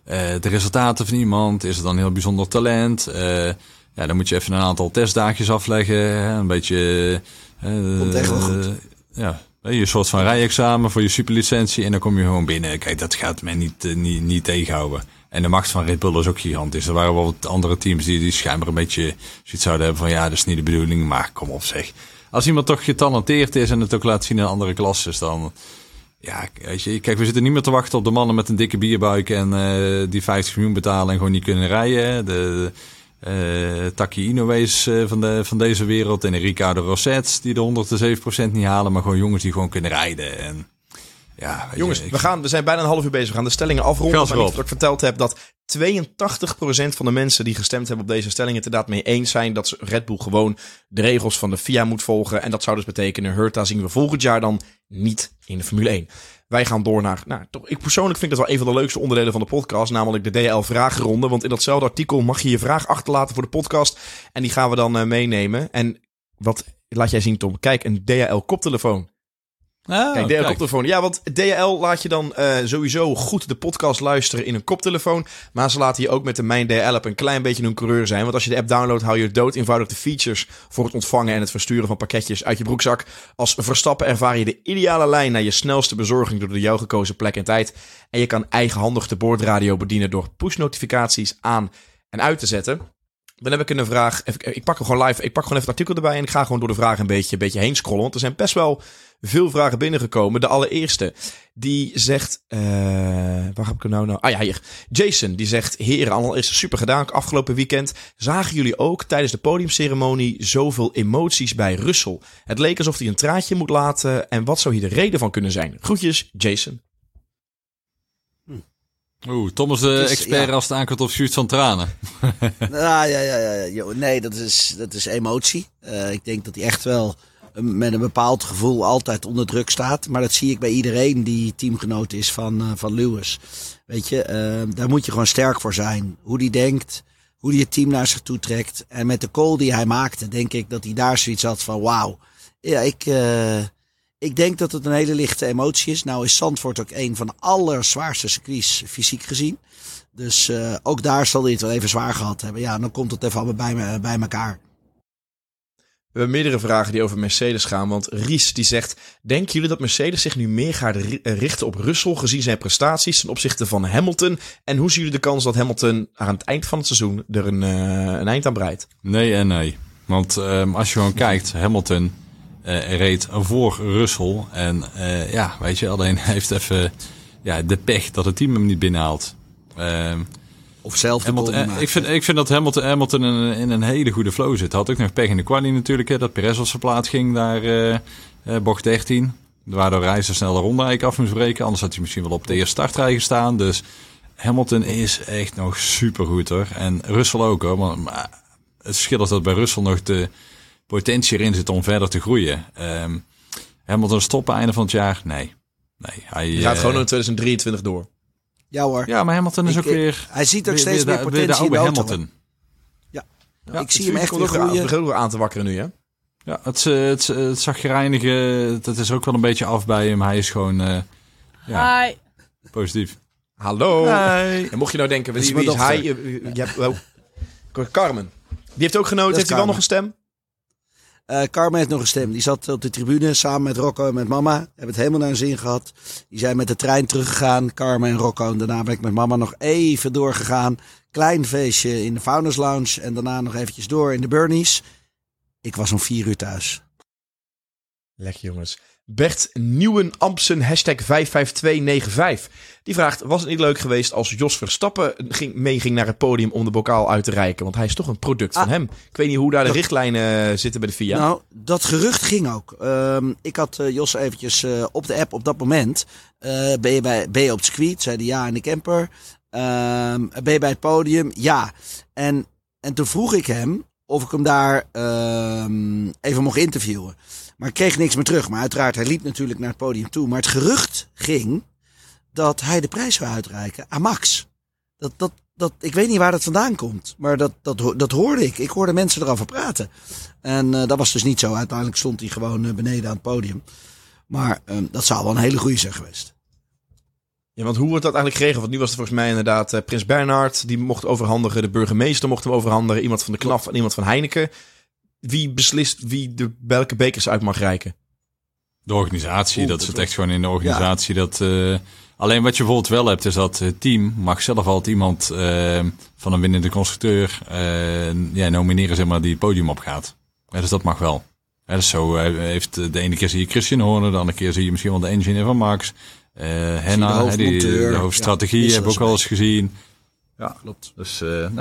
de resultaten van iemand? Is het dan een heel bijzonder talent? Dan moet je even een aantal testdaagjes afleggen. Een beetje... Komt echt wel goed. Je soort van rijexamen voor je superlicentie en dan kom je gewoon binnen. Kijk, dat gaat mij niet tegenhouden. En de macht van Red Bull is ook gigantisch. Er waren wel wat andere teams die schijnbaar een beetje zoiets zouden hebben van dat is niet de bedoeling, maar kom op zeg. Als iemand toch getalenteerd is en het ook laat zien in andere klasses, dan... Ja, weet je, kijk, we zitten niet meer te wachten op de mannen met een dikke bierbuik en die 50 miljoen betalen en gewoon niet kunnen rijden. De Taki Inoue's van deze wereld en de Ricardo Rossets die de 107% niet halen, maar gewoon jongens die gewoon kunnen rijden. En ja, jongens, we zijn bijna een half uur bezig. We gaan de stellingen afronden. Maar niet dat ik verteld heb dat 82% van de mensen die gestemd hebben op deze stellingen het inderdaad mee eens zijn dat Red Bull gewoon de regels van de FIA moet volgen. En dat zou dus betekenen, Herta zien we volgend jaar dan niet in de Formule 1. Wij gaan door naar, ik persoonlijk vind dat wel een van de leukste onderdelen van de podcast, namelijk de DHL-vragenronde. Want in datzelfde artikel mag je je vraag achterlaten voor de podcast. En die gaan we dan meenemen. En wat laat jij zien, Tom? Kijk, een DHL-koptelefoon. Kijk, DHL-koptelefoon. Ja, want DHL laat je dan sowieso goed de podcast luisteren in een koptelefoon. Maar ze laten je ook met de Mijn DHL-app een klein beetje een coureur zijn. Want als je de app downloadt, hou je dood eenvoudig de features voor het ontvangen en het versturen van pakketjes uit je broekzak. Als Verstappen ervaar je de ideale lijn naar je snelste bezorging door de jou gekozen plek en tijd. En je kan eigenhandig de boordradio bedienen door push-notificaties aan en uit te zetten. Dan heb ik een vraag. Ik pak hem gewoon live. Ik pak gewoon even het artikel erbij en ik ga gewoon door de vragen een beetje heen scrollen. Want er zijn best wel veel vragen binnengekomen. De allereerste, die zegt... waar heb ik hem nou? Ah ja, hier. Jason, die zegt... Heren, allereerst super gedaan afgelopen weekend. Zagen jullie ook tijdens de podiumceremonie zoveel emoties bij Russell? Het leek alsof hij een traantje moet laten. En wat zou hier de reden van kunnen zijn? Groetjes, Jason. Tom is de expert als het aankomt op shoot van tranen. Ja. Nee, dat is emotie. Ik denk dat hij echt wel met een bepaald gevoel altijd onder druk staat. Maar dat zie ik bij iedereen die teamgenoot is van Lewis. Weet je, daar moet je gewoon sterk voor zijn. Hoe die denkt, hoe die het team naar zich toe trekt. En met de call die hij maakte, denk ik dat hij daar zoiets had van wauw. Ja, ik denk dat het een hele lichte emotie is. Nou is Zandvoort ook een van de allerzwaarste circuits fysiek gezien. Dus ook daar zal hij het wel even zwaar gehad hebben. Ja, dan komt het even allemaal bij elkaar. We hebben meerdere vragen die over Mercedes gaan. Want Ries die zegt... Denken jullie dat Mercedes zich nu meer gaat richten op Russell gezien zijn prestaties ten opzichte van Hamilton? En hoe zien jullie de kans dat Hamilton aan het eind van het seizoen er een eind aan breidt? Nee en nee. Want als je gewoon kijkt, Hamilton... reed voor Russell. En weet je, alleen hij heeft even de pech dat het team hem niet binnenhaalt. Of zelf ik vind dat Hamilton in een hele goede flow zit. Had ook nog pech in de quali natuurlijk. Hè, dat Perez op zijn plaat ging naar bocht 13. Waardoor hij zo snel de ronde eigenlijk af moest breken. Anders had hij misschien wel op de eerste startrij gestaan. Dus Hamilton is echt nog supergoed hoor. En Russell ook hoor. Maar het verschil is dat bij Russell nog de potentie erin zit om verder te groeien. Hamilton stoppen einde van het jaar? Nee. Hij gaat gewoon in 2023 door. Ja hoor. Ja, maar Hamilton is ook weer... Hij ziet ook steeds meer potentie de oude in de auto. Hamilton. Ja, ik zie hem echt weer groeien. Het begint ook weer aan te wakkeren nu, hè? Ja, het zagrijnige, dat is ook wel een beetje af bij hem. Hij is gewoon Hi. Positief. Hallo. Hi. En mocht je nou denken, wie is hij? Carmen. Die heeft ook genoten. Heeft hij wel nog een stem? Carmen heeft nog een stem. Die zat op de tribune samen met Rocco en met mama. Hebben het helemaal naar hun zin gehad. Die zijn met de trein teruggegaan, Carmen en Rocco. En daarna ben ik met mama nog even doorgegaan. Klein feestje in de Founders Lounge. En daarna nog eventjes door in de Burnies. Ik was om 4 uur thuis. Lekker jongens. Bert Nieuwen-Ampsen, #55295. Die vraagt, was het niet leuk geweest als Jos Verstappen meeging naar het podium om de bokaal uit te reiken? Want hij is toch een product van hem. Ik weet niet hoe daar de richtlijnen zitten bij de FIA. Nou, dat gerucht ging ook. Ik had Jos eventjes op de app op dat moment. Ben je op het circuit? Zei hij ja in de camper. Ben je bij het podium? Ja. En toen vroeg ik hem of ik hem daar even mocht interviewen. Maar ik kreeg niks meer terug. Maar uiteraard, hij liep natuurlijk naar het podium toe. Maar het gerucht ging dat hij de prijs zou uitreiken aan Max. Ik weet niet waar dat vandaan komt. Maar dat hoorde ik. Ik hoorde mensen erover praten. En dat was dus niet zo. Uiteindelijk stond hij gewoon beneden aan het podium. Maar dat zou wel een hele goeie zijn geweest. Ja, want hoe wordt dat eigenlijk geregeld? Want nu was het volgens mij inderdaad Prins Bernhard, die mocht overhandigen. De burgemeester mocht hem overhandigen. Iemand van de KNAF en iemand van Heineken. Wie beslist welke bekers uit mag reiken? De organisatie, dat zit echt gewoon in de organisatie. Ja. Alleen wat je bijvoorbeeld wel hebt, is dat het team mag zelf altijd iemand van een winnende constructeur nomineren, zeg maar, die het podium opgaat. Ja, dus dat mag wel. Ja, dus zo heeft de ene keer zie je Christian Horner, de andere keer zie je misschien wel de engineer van Max. Henna, de hoofdstrategie hebben we ook wel eens gezien. Ja, klopt. Dus,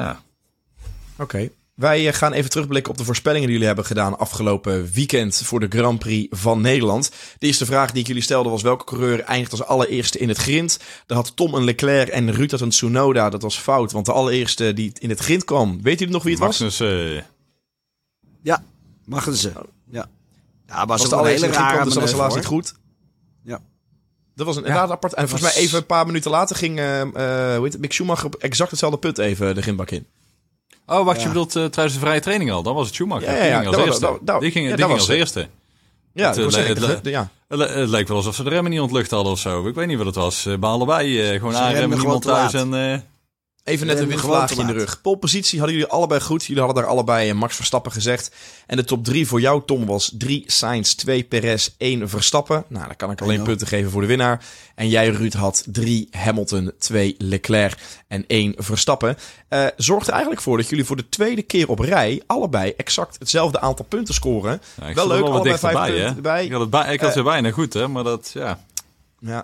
Oké. Wij gaan even terugblikken op de voorspellingen die jullie hebben gedaan afgelopen weekend voor de Grand Prix van Nederland. De eerste vraag die ik jullie stelde was: welke coureur eindigt als allereerste in het grind? Daar had Tom een Leclerc en Ruud had een Tsunoda. Dat was fout, want de allereerste die in het grind kwam, weet jullie nog wie het was? Ja, Magnussen. Ja. Ja, was de allereerste in het grind kwam, dus dat was helaas niet goed. Ja. Dat was inderdaad apart. En volgens mij even een paar minuten later ging Mick Schumacher op exact hetzelfde punt even de grindbak in. Oh, wacht, je bedoelt tijdens de vrije training al? Dan was het Schumacher. Die ging als eerste. Ja, het leek wel alsof ze de remmen niet ontlucht hadden of zo. Ik weet niet wat het was. Bij allebei gewoon aanremmen, niemand thuis en... Even net een windvlaagje in de rug. Polepositie hadden jullie allebei goed. Jullie hadden daar allebei Max Verstappen gezegd. En de top 3 voor jou, Tom, was 3 Sainz, 2 Perez, 1 Verstappen. Nou, dan kan ik alleen punten geven voor de winnaar. En jij, Ruud, had 3 Hamilton, 2 Leclerc en 1 Verstappen. Zorgt er eigenlijk voor dat jullie voor de tweede keer op rij allebei exact hetzelfde aantal punten scoren. Ja, wel leuk, allebei 5 punten erbij. Ik had er bijna goed, hè, maar dat, ja... Ja,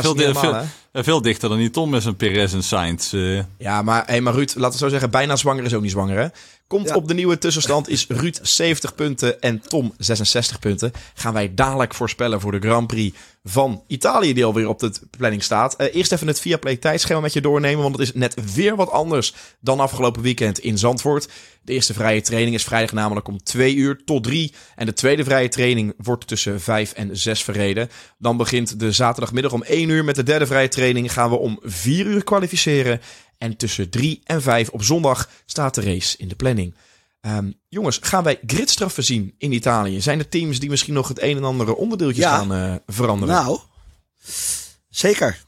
veel dichter dan die Tom met zijn Perez en Sainz. Ja, maar Ruud, laten we zo zeggen, bijna zwanger is ook niet zwanger, hè? Komt op de nieuwe tussenstand, is Ruud 70 punten en Tom 66 punten. Gaan wij dadelijk voorspellen voor de Grand Prix van Italië, die alweer op de planning staat. Eerst even het Viaplay tijdschema met je doornemen, want het is net weer wat anders dan afgelopen weekend in Zandvoort. De eerste vrije training is vrijdag namelijk om 2 uur tot 3. En de tweede vrije training wordt tussen 5 en 6 verreden. Dan begint de zaterdagmiddag om 1 uur met de derde vrije training. Gaan we om 4 uur kwalificeren. En tussen 3 en 5 op zondag staat de race in de planning. Jongens, gaan wij gridstraffen zien in Italië? Zijn er teams die misschien nog het een en andere onderdeeltjes gaan veranderen? Nou, zeker.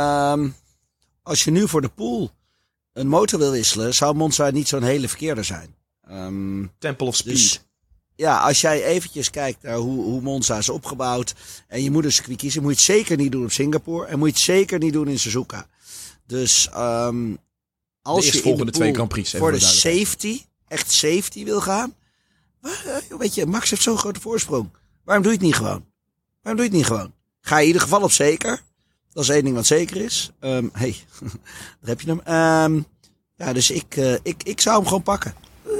Als je nu voor de pool een motor wil wisselen, zou Monza niet zo'n hele verkeerde zijn. Temple of Speed. Dus, ja, als jij eventjes kijkt naar hoe Monza is opgebouwd en je moet een circuit kiezen, moet je het zeker niet doen op Singapore en moet je het zeker niet doen in Suzuka. Dus als je in de twee Grand Prix voor de safety, echt safety wil gaan, weet je, Max heeft zo'n grote voorsprong. Waarom doe je het niet gewoon? Ga je in ieder geval op zeker. Dat is één ding wat zeker is. Daar heb je hem. Ja, dus ik zou hem gewoon pakken.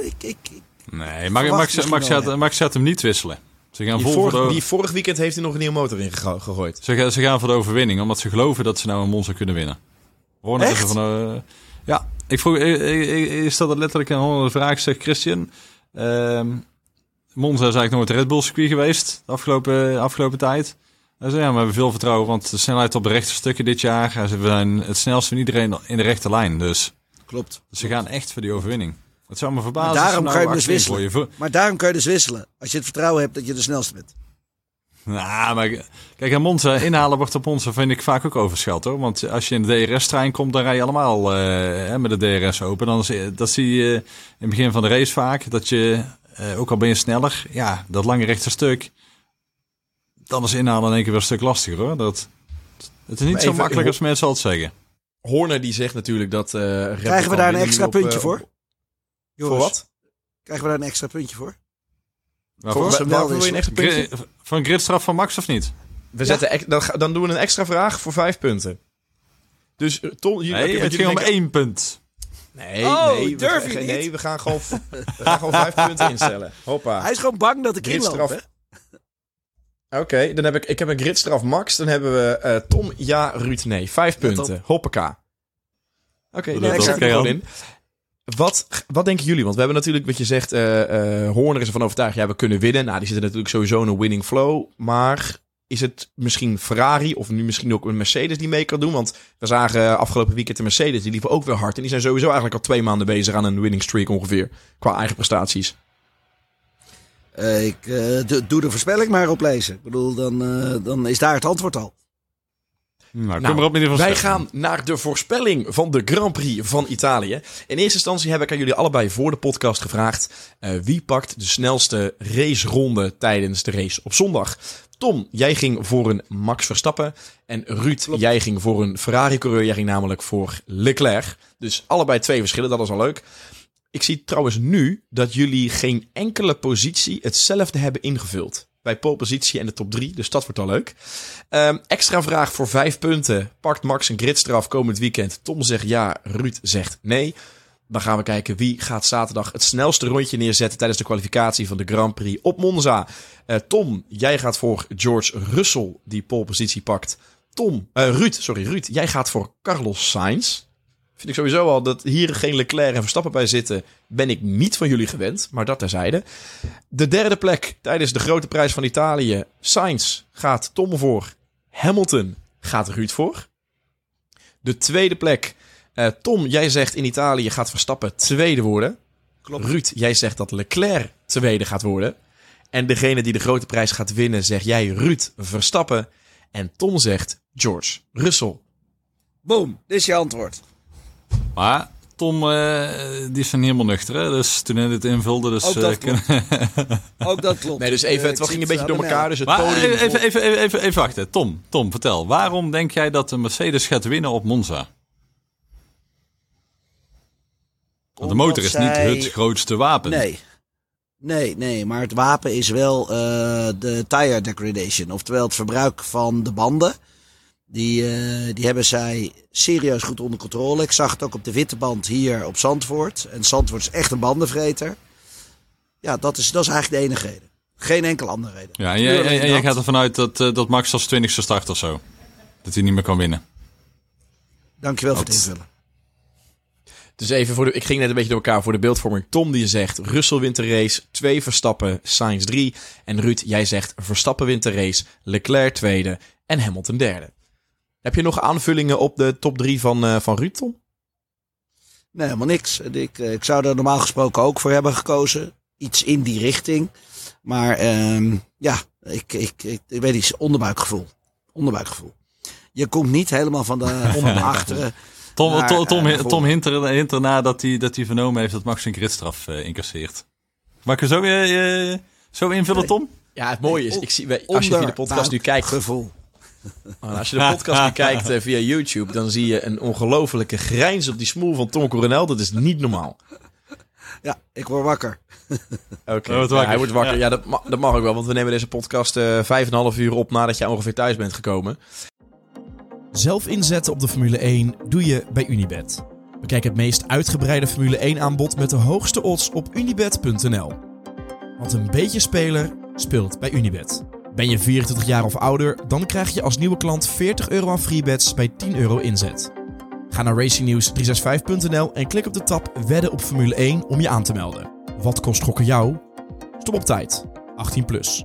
Nee, Max gaat hem niet wisselen. Ze gaan vorig weekend heeft hij nog een nieuwe motor in gegooid. Ze gaan voor de overwinning, omdat ze geloven dat ze nou een Monza kunnen winnen. Echt? Ja, ik stelde letterlijk een vraag, zegt Christian. Monza is eigenlijk nooit Red Bull circuit geweest de afgelopen tijd. Hij zei, ja, we hebben veel vertrouwen, want de snelheid op de rechte stukken dit jaar. Ze zijn het snelst van iedereen in de rechte lijn. Dus klopt. Ze gaan echt voor die overwinning. Dat zou me verbazen. Maar daarom kan je dus wisselen. Maar daarom kan je dus wisselen. Als je het vertrouwen hebt dat je de snelste bent. Nou, maar kijk, aan Monza, inhalen wordt op Monza vind ik vaak ook overschat, hoor. Want als je in de DRS-trein komt, dan rij je allemaal met de DRS open. Dat zie je in het begin van de race vaak. Dat je, ook al ben je sneller, ja, dat lange rechte stuk, dan is inhalen in één keer weer een stuk lastiger, hoor. Het is niet zo makkelijk als mensen altijd zeggen. Horner die zegt natuurlijk dat... Krijgen we daar een extra puntje voor? Joris, voor wat? Krijgen we daar een extra puntje voor? Waarvoor wil je een extra puntje? Voor een gridstraf van Max of niet? Dan doen we een extra vraag voor 5 punten. Dus Tom, het ging om 1 punt. Nee, we gaan gewoon 5 punten instellen. Hoppa. Hij is gewoon bang dat ik inloop, hè? Oké, dan heb ik heb een gridstraf Max. Dan hebben we Tom, ja, Ruud, nee. 5 punten. Hoppaka. Oké, ik zet er gewoon in. Wat denken jullie? Want we hebben natuurlijk, wat je zegt, Horner is ervan overtuigd, ja, we kunnen winnen. Nou, die zitten natuurlijk sowieso in een winning flow. Maar is het misschien Ferrari of nu misschien ook een Mercedes die mee kan doen? Want we zagen afgelopen weekend de Mercedes, die liepen ook weer hard. En die zijn sowieso eigenlijk al 2 maanden bezig aan een winning streak ongeveer. Qua eigen prestaties. Ik doe de voorspelling maar oplezen. Ik bedoel, dan is daar het antwoord al. Nou, kom erop in ieder geval. Wij gaan naar de voorspelling van de Grand Prix van Italië. In eerste instantie heb ik aan jullie allebei voor de podcast gevraagd... wie pakt de snelste raceronde tijdens de race op zondag? Tom, jij ging voor een Max Verstappen. En Ruud, jij ging voor een Ferrari-coureur. Jij ging namelijk voor Leclerc. Dus allebei 2 verschillen, dat is al leuk. Ik zie trouwens nu dat jullie geen enkele positie hetzelfde hebben ingevuld. Bij pole positie en de top 3, dus dat wordt al leuk. Extra vraag voor 5 punten. Pakt Max een gridstraf komend weekend? Tom zegt ja, Ruud zegt nee. Dan gaan we kijken wie gaat zaterdag het snelste rondje neerzetten tijdens de kwalificatie van de Grand Prix op Monza. Tom, jij gaat voor George Russell die pole positie pakt. Ruud, jij gaat voor Carlos Sainz. Vind ik sowieso al dat hier geen Leclerc en Verstappen bij zitten, ben ik niet van jullie gewend, maar dat terzijde. De derde plek tijdens de grote prijs van Italië. Sainz gaat Tom voor. Hamilton gaat Ruud voor. De tweede plek. Tom, jij zegt in Italië gaat Verstappen tweede worden. Klopt. Ruud, jij zegt dat Leclerc tweede gaat worden. En degene die de grote prijs gaat winnen, zeg jij Ruud Verstappen. En Tom zegt George Russell. Boom, dit is je antwoord. Maar Tom, die is van helemaal nuchter, hè? Dus toen hij dit invulde... Dus, Ook dat klopt. Ook dat klopt. Nee, dus even, het ging een beetje door elkaar. Dus het maar podium... even wachten. Tom, vertel. Waarom denk jij dat de Mercedes gaat winnen op Monza? Want de motor is niet het grootste wapen. Nee, maar het wapen is wel de tire degradation. Oftewel het verbruik van de banden. Die hebben zij serieus goed onder controle. Ik zag het ook op de witte band hier op Zandvoort. En Zandvoort is echt een bandenvreter. Ja, dat is eigenlijk de enige reden. Geen enkele andere reden. Ja, en jij gaat ervan uit dat Max als 20ste start of zo. Dat hij niet meer kan winnen. Dankjewel voor het invullen. Dus even ik ging net een beetje door elkaar voor de beeldvorming. Tom die zegt Russell wint de race, 2 Verstappen, Sainz 3. En Ruud, jij zegt Verstappen wint de race, Leclerc tweede en Hamilton derde. Heb je nog aanvullingen op de top 3 van Ruud, Tom? Nee, helemaal niks. Ik zou er normaal gesproken ook voor hebben gekozen. Iets in die richting. Maar ik weet niet, onderbuikgevoel. Je komt niet helemaal van de achteren. Tom hint erna dat hij vernomen heeft dat Max een gridstraf incasseert. Mag ik er zo invullen, Tom? Ja, het mooie is, als je via de podcast nu kijkt... Gevoel. Als je de podcast nu kijkt via YouTube, dan zie je een ongelofelijke grijns op die smoel van Tom Coronel. Dat is niet normaal. Ja, ik word wakker. Oké, hij wordt wakker. Ja, dat mag ook wel, want we nemen deze podcast 5,5 uur op nadat jij ongeveer thuis bent gekomen. Zelf inzetten op de Formule 1 doe je bij Unibet. Bekijk het meest uitgebreide Formule 1 aanbod met de hoogste odds op unibet.nl. Want een beetje speler speelt bij Unibet. Ben je 24 jaar of ouder, dan krijg je als nieuwe klant €40 aan freebets bij €10 inzet. Ga naar racingnews365.nl en klik op de tab Wedden op Formule 1 om je aan te melden. Wat kost gokken jou? Stop op tijd. 18+.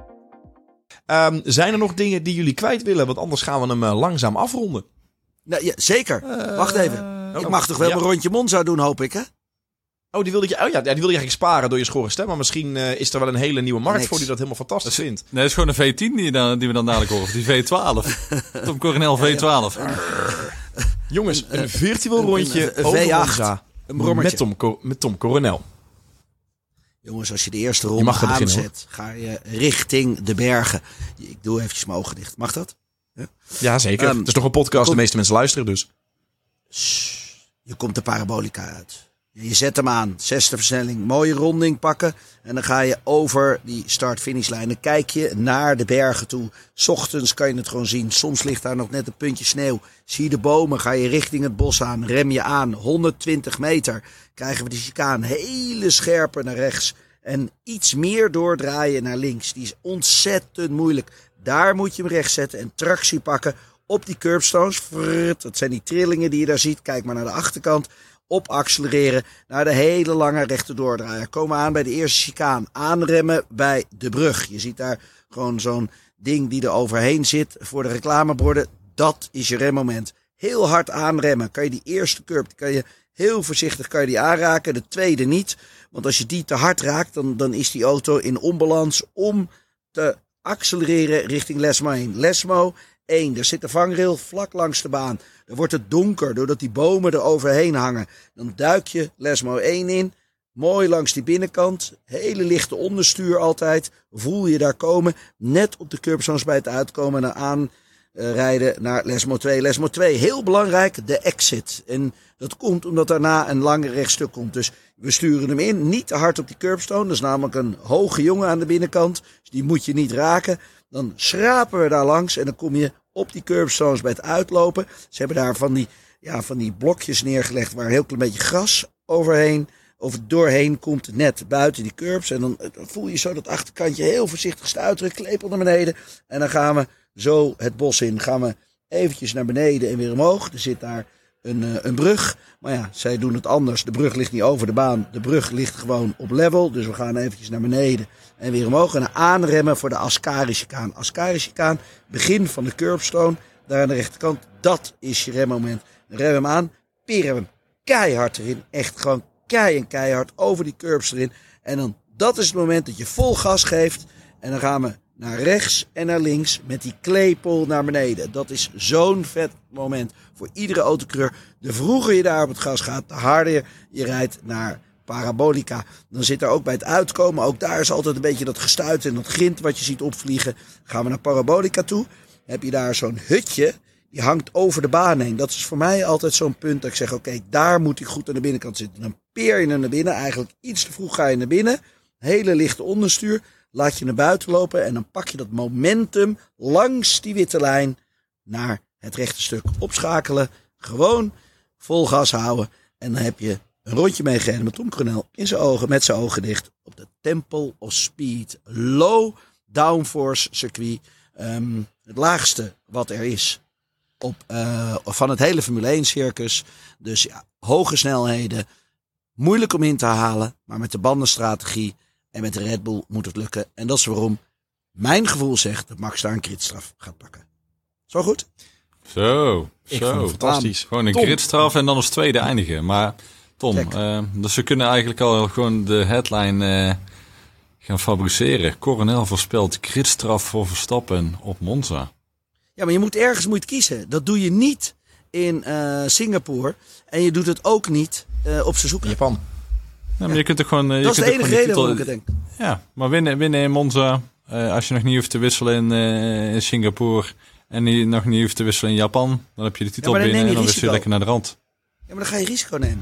Zijn er nog dingen die jullie kwijt willen? Want anders gaan we hem langzaam afronden. Nou, ja, zeker. Wacht even. Ik mag toch wel een rondje Monza doen, hoop ik, hè? Die wilde je eigenlijk sparen door je schorre stem. Maar misschien is er wel een hele nieuwe markt voor die dat helemaal fantastisch vindt. Nee, het is gewoon een V10 die we dan dadelijk horen. Of die V12. Tom Coronel V12. Jongens, een virtueel rondje een over V8. Monza met Tom Coronel. Jongens, als je de eerste ronde aanzet, ga je richting de bergen. Ik doe eventjes mijn ogen dicht. Mag dat? Ja, zeker. Het is toch een podcast, de meeste mensen luisteren dus. Je komt de parabolica uit. Je zet hem aan, 6e versnelling, mooie ronding pakken. En dan ga je over die start-finishlijn. Dan kijk je naar de bergen toe. 's Ochtends kan je het gewoon zien. Soms ligt daar nog net een puntje sneeuw. Zie je de bomen, ga je richting het bos aan. Rem je aan, 120 meter. Krijgen we de chicane hele scherpe naar rechts. En iets meer doordraaien naar links. Die is ontzettend moeilijk. Daar moet je hem recht zetten en tractie pakken op die curbstones. Dat zijn die trillingen die je daar ziet. Kijk maar naar de achterkant. Op accelereren naar de hele lange rechte doordraaier. Komen aan bij de eerste chicane. Aanremmen bij de brug. Je ziet daar gewoon zo'n ding die er overheen zit voor de reclameborden. Dat is je remmoment. Heel hard aanremmen. Kan je die eerste curb, kan je heel voorzichtig die aanraken. De tweede niet. Want als je die te hard raakt, dan is die auto in onbalans om te accelereren richting Lesmo heen. Lesmo 1. Er zit de vangrail vlak langs de baan. Dan wordt het donker doordat die bomen er overheen hangen. Dan duik je Lesmo 1 in. Mooi langs die binnenkant. Hele lichte onderstuur altijd. Voel je daar komen. Net op de curbstones bij het uitkomen en dan aanrijden naar Lesmo 2. Lesmo 2, heel belangrijk, de exit. En dat komt omdat daarna een lang rechtstuk komt. Dus we sturen hem in. Niet te hard op die curbstone. Dat is namelijk een hoge jongen aan de binnenkant. Dus die moet je niet raken. Dan schrapen we daar langs en dan kom je op die curbstones bij het uitlopen. Ze hebben daar van die blokjes neergelegd waar een heel klein beetje gras doorheen komt, net buiten die curbs. En dan voel je zo dat achterkantje heel voorzichtig stuiteren, klepel naar beneden. En dan gaan we zo het bos in. Gaan we eventjes naar beneden en weer omhoog. Er zit daar een brug. Maar ja, zij doen het anders. De brug ligt niet over de baan. De brug ligt gewoon op level. Dus we gaan eventjes naar beneden en weer omhoog. En aanremmen voor de Ascari-chicaan. Ascari-chicaan, begin van de curbstone. Daar aan de rechterkant. Dat is je remmoment. Rem hem aan. Peren hem keihard erin. Echt gewoon keihard over die curbs erin. En dan, dat is het moment dat je vol gas geeft. En dan gaan we naar rechts en naar links met die klepel naar beneden. Dat is zo'n vet moment voor iedere autocoureur. De vroeger je daar op het gas gaat, de harder je rijdt naar Parabolica. Dan zit er ook bij het uitkomen, ook daar is altijd een beetje dat gestuit en dat grind wat je ziet opvliegen. Gaan we naar Parabolica toe, heb je daar zo'n hutje, die hangt over de baan heen. Dat is voor mij altijd zo'n punt dat ik zeg, oké, daar moet ik goed aan de binnenkant zitten. Dan peer je naar binnen, eigenlijk iets te vroeg ga je naar binnen. Hele lichte onderstuur. Laat je naar buiten lopen en dan pak je dat momentum langs die witte lijn naar het rechte stuk. Opschakelen, gewoon vol gas houden. En dan heb je een rondje meegereden met Tom Coronel in zijn ogen, met zijn ogen dicht. Op de Temple of Speed low downforce circuit. Het laagste wat er is van het hele Formule 1 circus. Dus ja, hoge snelheden. Moeilijk om in te halen, maar met de bandenstrategie en met de Red Bull moet het lukken. En dat is waarom mijn gevoel zegt dat Max daar een gridstraf gaat pakken. Zo goed? Zo. Fantastisch. Gewoon een gridstraf en dan als tweede eindigen. Maar Tom, dus we kunnen eigenlijk al gewoon de headline gaan fabriceren. Coronel voorspelt gridstraf voor Verstappen op Monza. Ja, maar je moet kiezen. Dat doe je niet in Singapore. En je doet het ook niet op Suzuka. Japan. Ja, maar je kunt toch gewoon. Dat is de enige reden waarom ik het denk. Ja, maar winnen in Monza. Als je nog niet hoeft te wisselen in Singapore. En nog niet hoeft te wisselen in Japan. Dan heb je de titel binnen en dan wissel je lekker naar de rand. Ja, maar dan ga je risico nemen.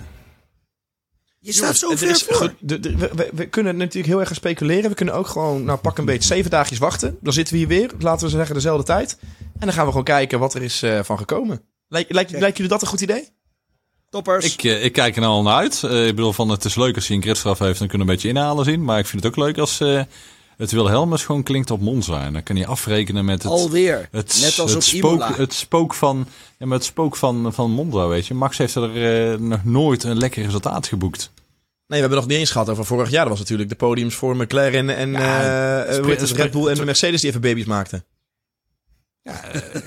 Je staat zo ver voor. We kunnen natuurlijk heel erg gaan speculeren. We kunnen ook gewoon, pak een beetje 7 dagjes wachten. Dan zitten we hier weer, laten we zeggen, dezelfde tijd. En dan gaan we gewoon kijken wat er is van gekomen. Lijkt jullie dat een goed idee? Toppers. Ik kijk er nou al naar uit. Ik bedoel, het is leuk als hij een gridstraf heeft. Dan kunnen we een beetje inhalen zien. Maar ik vind het ook leuk als het Wilhelmus gewoon klinkt op Monza. En dan kan je afrekenen met het... Alweer. Net als op Imola. Het spook van Monza, weet je. Max heeft er nog nooit een lekker resultaat geboekt. Nee, we hebben nog niet eens gehad over vorig jaar. Dat was natuurlijk de podiums voor McLaren en Red Bull en Mercedes die even baby's maakten. Ja.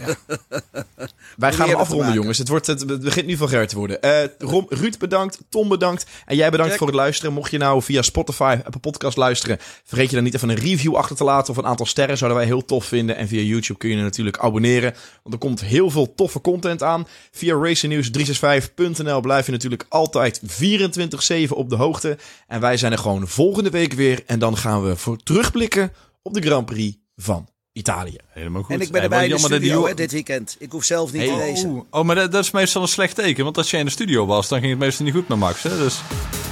Wij gaan hem afronden, jongens. Het begint nu van Gerrit te worden. Ruud bedankt, Tom bedankt. En jij bedankt voor het luisteren. Mocht je nou via Spotify, Apple Podcast luisteren, vergeet je dan niet even een review achter te laten of een aantal sterren. Zouden wij heel tof vinden. En via YouTube kun je natuurlijk abonneren. Want er komt heel veel toffe content aan. Via racingnews365.nl blijf je natuurlijk altijd 24/7 op de hoogte. En wij zijn er gewoon volgende week weer. En dan gaan we voor terugblikken op de Grand Prix van Italië. Helemaal goed. En ik ben erbij in de studio dit weekend. Ik hoef zelf niet te racen. Maar dat is meestal een slecht teken. Want als jij in de studio was, dan ging het meestal niet goed met Max. Hè? Dus...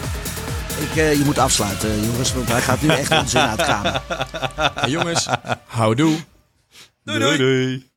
Je moet afsluiten, jongens. Want hij gaat nu echt onzin uitkomen. Jongens, houdoe. Doei.